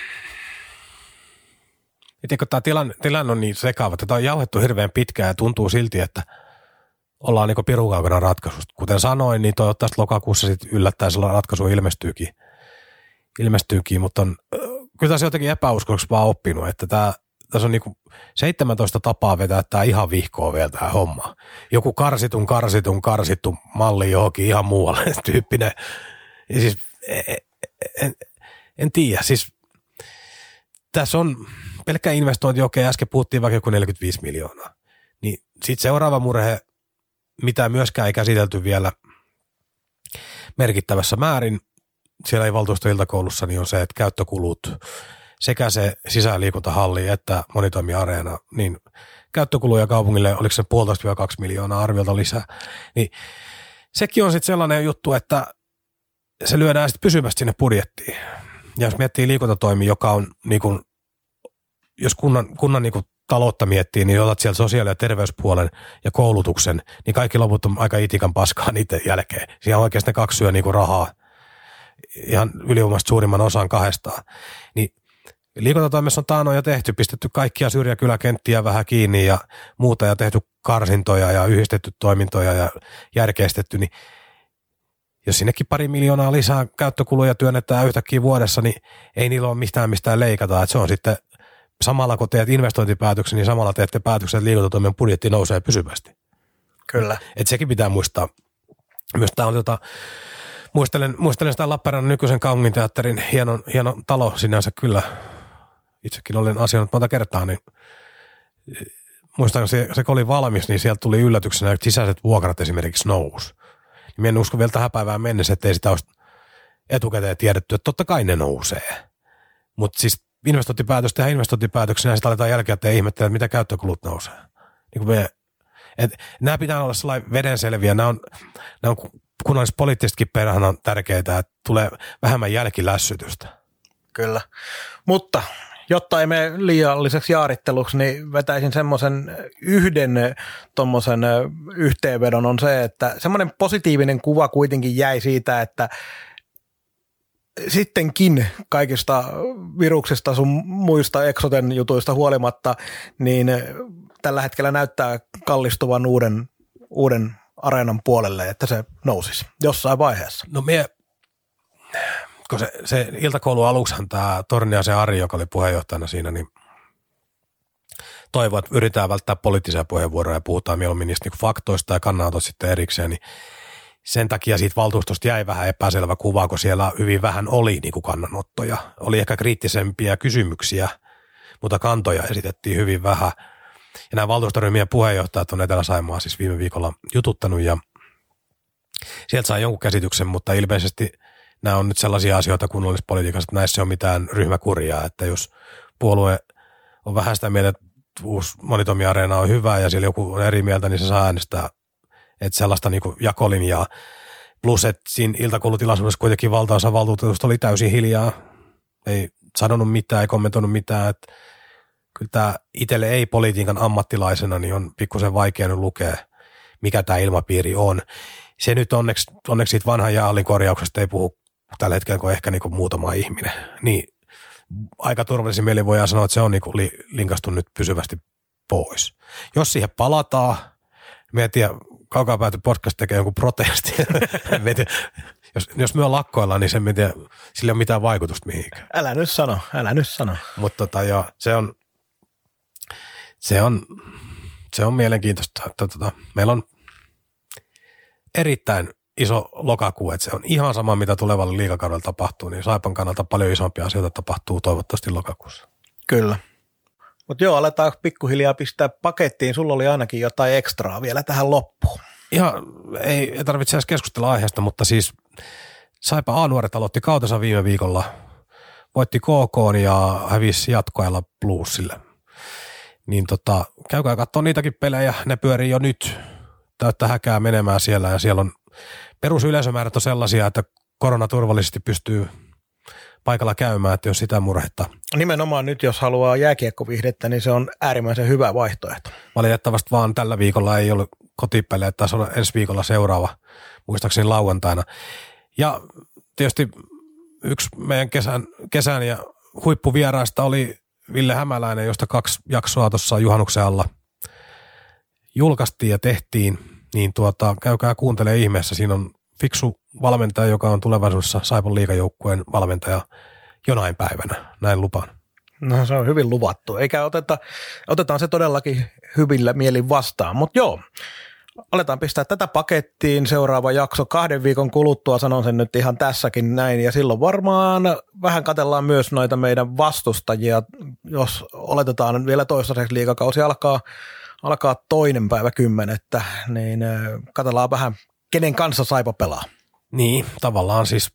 kun tämä tilanne, tilanne on niin sekaava, että tämä on jauhettu hirveän pitkään ja tuntuu silti, että ollaan niin pirukaukana ratkaisusta. Kuten sanoin, niin toivottavasti lokakuussa sitten yllättäen sellainen ratkaisu ilmestyykin, ilmestyykin mutta on, kyllä tässä jotenkin epäuskoksi vaan oppinut, että tämä, tässä on niin kuin seitsemäntoista tapaa vetää tämä ihan vihkoa vielä tämä homma. Joku karsitun, karsitun, karsittu malli johonkin ihan muualle tyyppinen. Ja siis en, en, en tiedä, siis tässä on pelkkä investointi, okei, äsken puhuttiin vaikka joku neljäkymmentäviisi miljoonaa. Niin sitten seuraava murhe, mitä myöskään ei käsitelty vielä merkittävässä määrin, siellä ei valtuustoiltakoulussa, niin on se, että käyttökulut sekä se sisäliikuntahalli että monitoimiareena, niin käyttökuluja kaupungille, oliko se puolitoista kaksi miljoonaa arviolta lisää, niin sekin on sitten sellainen juttu, että se lyödään sitten pysyvästi sinne budjettiin. Ja jos miettii liikuntatoimi, joka on niin kuin, jos kunnan, kunnan niin kuin taloutta miettii, niin otat sieltä sosiaali- ja terveyspuolen ja koulutuksen, niin kaikki loput on aika itikan paskaa niiden jälkeen. Siinä oikeasti ne kaksi syö niin kuin rahaa ihan ylivoimaisesti suurimman osan kahdestaan. Niin liikuntatoimessa on taanoin jo tehty, pistetty kaikkia syrjäkyläkenttiä vähän kiinni ja muuta ja tehty karsintoja ja yhdistetty toimintoja ja järkeistetty, niin jos sinnekin pari miljoonaa lisää käyttökuluja työnnetään yhtäkkiä vuodessa, niin ei niillä ole mistään mistään leikata. Että se on sitten samalla, kun teet investointipäätöksen, niin samalla teette päätöksen, että liikuntatoimen budjetti nousee pysyvästi. Kyllä. Että sekin pitää muistaa. Myös tämä on tota, muistelen, muistelen sitä Lappeenrannan nykyisen kaupunginteatterin hieno, hieno talo sinänsä kyllä. Itsekin olen asioinut monta kertaa, niin muistan, kun se, se kun oli valmis, niin sieltä tuli yllätyksenä, että sisäiset vuokrat esimerkiksi nousi. Mä en usko vielä tähän päivään mennessä, ettei sitä olisi etukäteen tiedetty, että totta kai ne nousee. Mutta siis investointipäätös tehdään investointipäätöksenä ja sitten aletaan jälkikäteen ihmettelemään, että mitä käyttökulut nousee. Niin me, et, nämä pitää olla sellainen vedenselviä. Nämä on, nämä on kunnallispoliittisestikin perhana on tärkeää, että tulee vähemmän jälkilässytystä. Kyllä, mutta jotta ei mene liialliseksi jaaritteluksi, niin vetäisin semmoisen yhden tommosen yhteenvedon on se, että semmoinen positiivinen kuva kuitenkin jäi siitä, että sittenkin kaikista viruksista sun muista Exoten jutuista huolimatta, niin tällä hetkellä näyttää kallistuvan uuden, uuden areenan puolelle, että se nousisi jossain vaiheessa. No me, kun se, se iltakoulun aluksihan tämä Torniaisen Ari, joka oli puheenjohtajana siinä, niin toivon, että yritetään välttää poliittisia puheenvuoroja ja puhutaan mieluummin niistä niin faktoista ja kannanotot sitten erikseen, niin sen takia siitä valtuustosta jäi vähän epäselvä kuva, kun siellä hyvin vähän oli niin kuin kannanottoja. Oli ehkä kriittisempiä kysymyksiä, mutta kantoja esitettiin hyvin vähän. Ja nämä valtuustoryhmien puheenjohtajat on Etelä-Saimaa siis viime viikolla jututtanut ja sieltä saa jonkun käsityksen, mutta ilmeisesti nämä on nyt sellaisia asioita kunnallispolitiikassa, että näissä on mitään ryhmäkurjaa, että jos puolue on vähän sitä mieltä, että uusi monitoimiareena on hyvä ja siellä joku on eri mieltä, niin se saa äänestää, että sellaista niin kuin jakolinjaa. Plus, että siinä iltakoulutilaisuudessa kuitenkin valtaosa valtuutetusta oli täysin hiljaa, ei sanonut mitään, ei kommentoinut mitään, että kyllä tämä itselle ei-politiikan ammattilaisena niin on pikkusen vaikea nyt lukea, mikä tämä ilmapiiri on. Se nyt onneksi, onneksi siitä vanhan Jaalin korjauksesta ei puhu tällä hetkellä kuin ehkä niin kuin muutama ihminen. Niin aika turvallisin mieli voidaan sanoa, että se on niin kuin linkastu nyt pysyvästi pois. Jos siihen palataan, me en tiedä, Kaukaa pääty podcast tekee jonkun protesti. jos, jos me on lakkoilla, niin se en tiedä, sillä ei ole mitään vaikutusta mihinkään. Älä nyt sano, älä nyt sano. Mutta tota, joo, se on, se on, se on mielenkiintoista, että tota, meillä on erittäin iso lokakuu, että se on ihan sama, mitä tulevalla liigakaudella tapahtuu, niin Saipan kannalta paljon isompia asioita tapahtuu toivottavasti lokakuussa. Kyllä. Mutta joo, aletaan pikkuhiljaa pistää pakettiin. Sulla oli ainakin jotain ekstraa vielä tähän loppuun. Ihan ei, ei tarvitse edes keskustella aiheesta, mutta siis Saipa A-nuoret aloitti kautensa viime viikolla. Voitti K K:n ja hävisi jatkoajalla Bluesille. Niin tota, käykää katsoa niitäkin pelejä. Ne pyörii jo nyt. Täyttä häkää menemään siellä ja siellä on perusyleisömäärät on sellaisia, että korona turvallisesti pystyy paikalla käymään, että jos sitä murhetta. Nimenomaan nyt, jos haluaa jääkiekkovihdettä, niin se on äärimmäisen hyvä vaihtoehto. Valitettavasti vaan tällä viikolla ei ollut kotipelejä, taisi olla ensi viikolla seuraava, muistaakseni lauantaina. Ja tietysti yksi meidän kesän, kesän ja huippuvieraista oli Ville Hämäläinen, josta kaksi jaksoa tuossa juhannuksen alla julkaistiin ja tehtiin, niin tuota, käykää kuuntelemaan ihmeessä. Siinä on fiksu valmentaja, joka on tulevaisuudessa Saipan liigajoukkueen valmentaja jonain päivänä, näin lupaan. No se on hyvin luvattu, eikä oteta, otetaan se todellakin hyvillä mielin vastaan, mutta joo, aletaan pistää tätä pakettiin, seuraava jakso kahden viikon kuluttua, sanon sen nyt ihan tässäkin näin, ja silloin varmaan vähän katsellaan myös noita meidän vastustajia, jos oletetaan vielä toistaiseksi liigakausi alkaa, alkaa toinen päivä kymmenettä, niin katsellaan vähän, kenen kanssa Saipa pelaa. Niin, tavallaan siis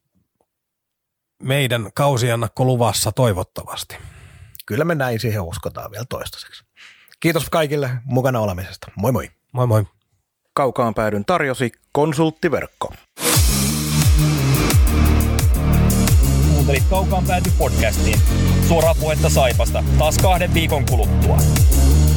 meidän kausiannakko luvassa toivottavasti. Kyllä me näin siihen uskotaan vielä toistaiseksi. Kiitos kaikille mukana olemisesta. Moi moi. Moi moi. Kaukaan päädyn tarjosi Konsulttiverkko. Kuuntelit Kaukaan pääty podcastiin. Suoraa puhetta Saipasta taas kahden viikon kuluttua.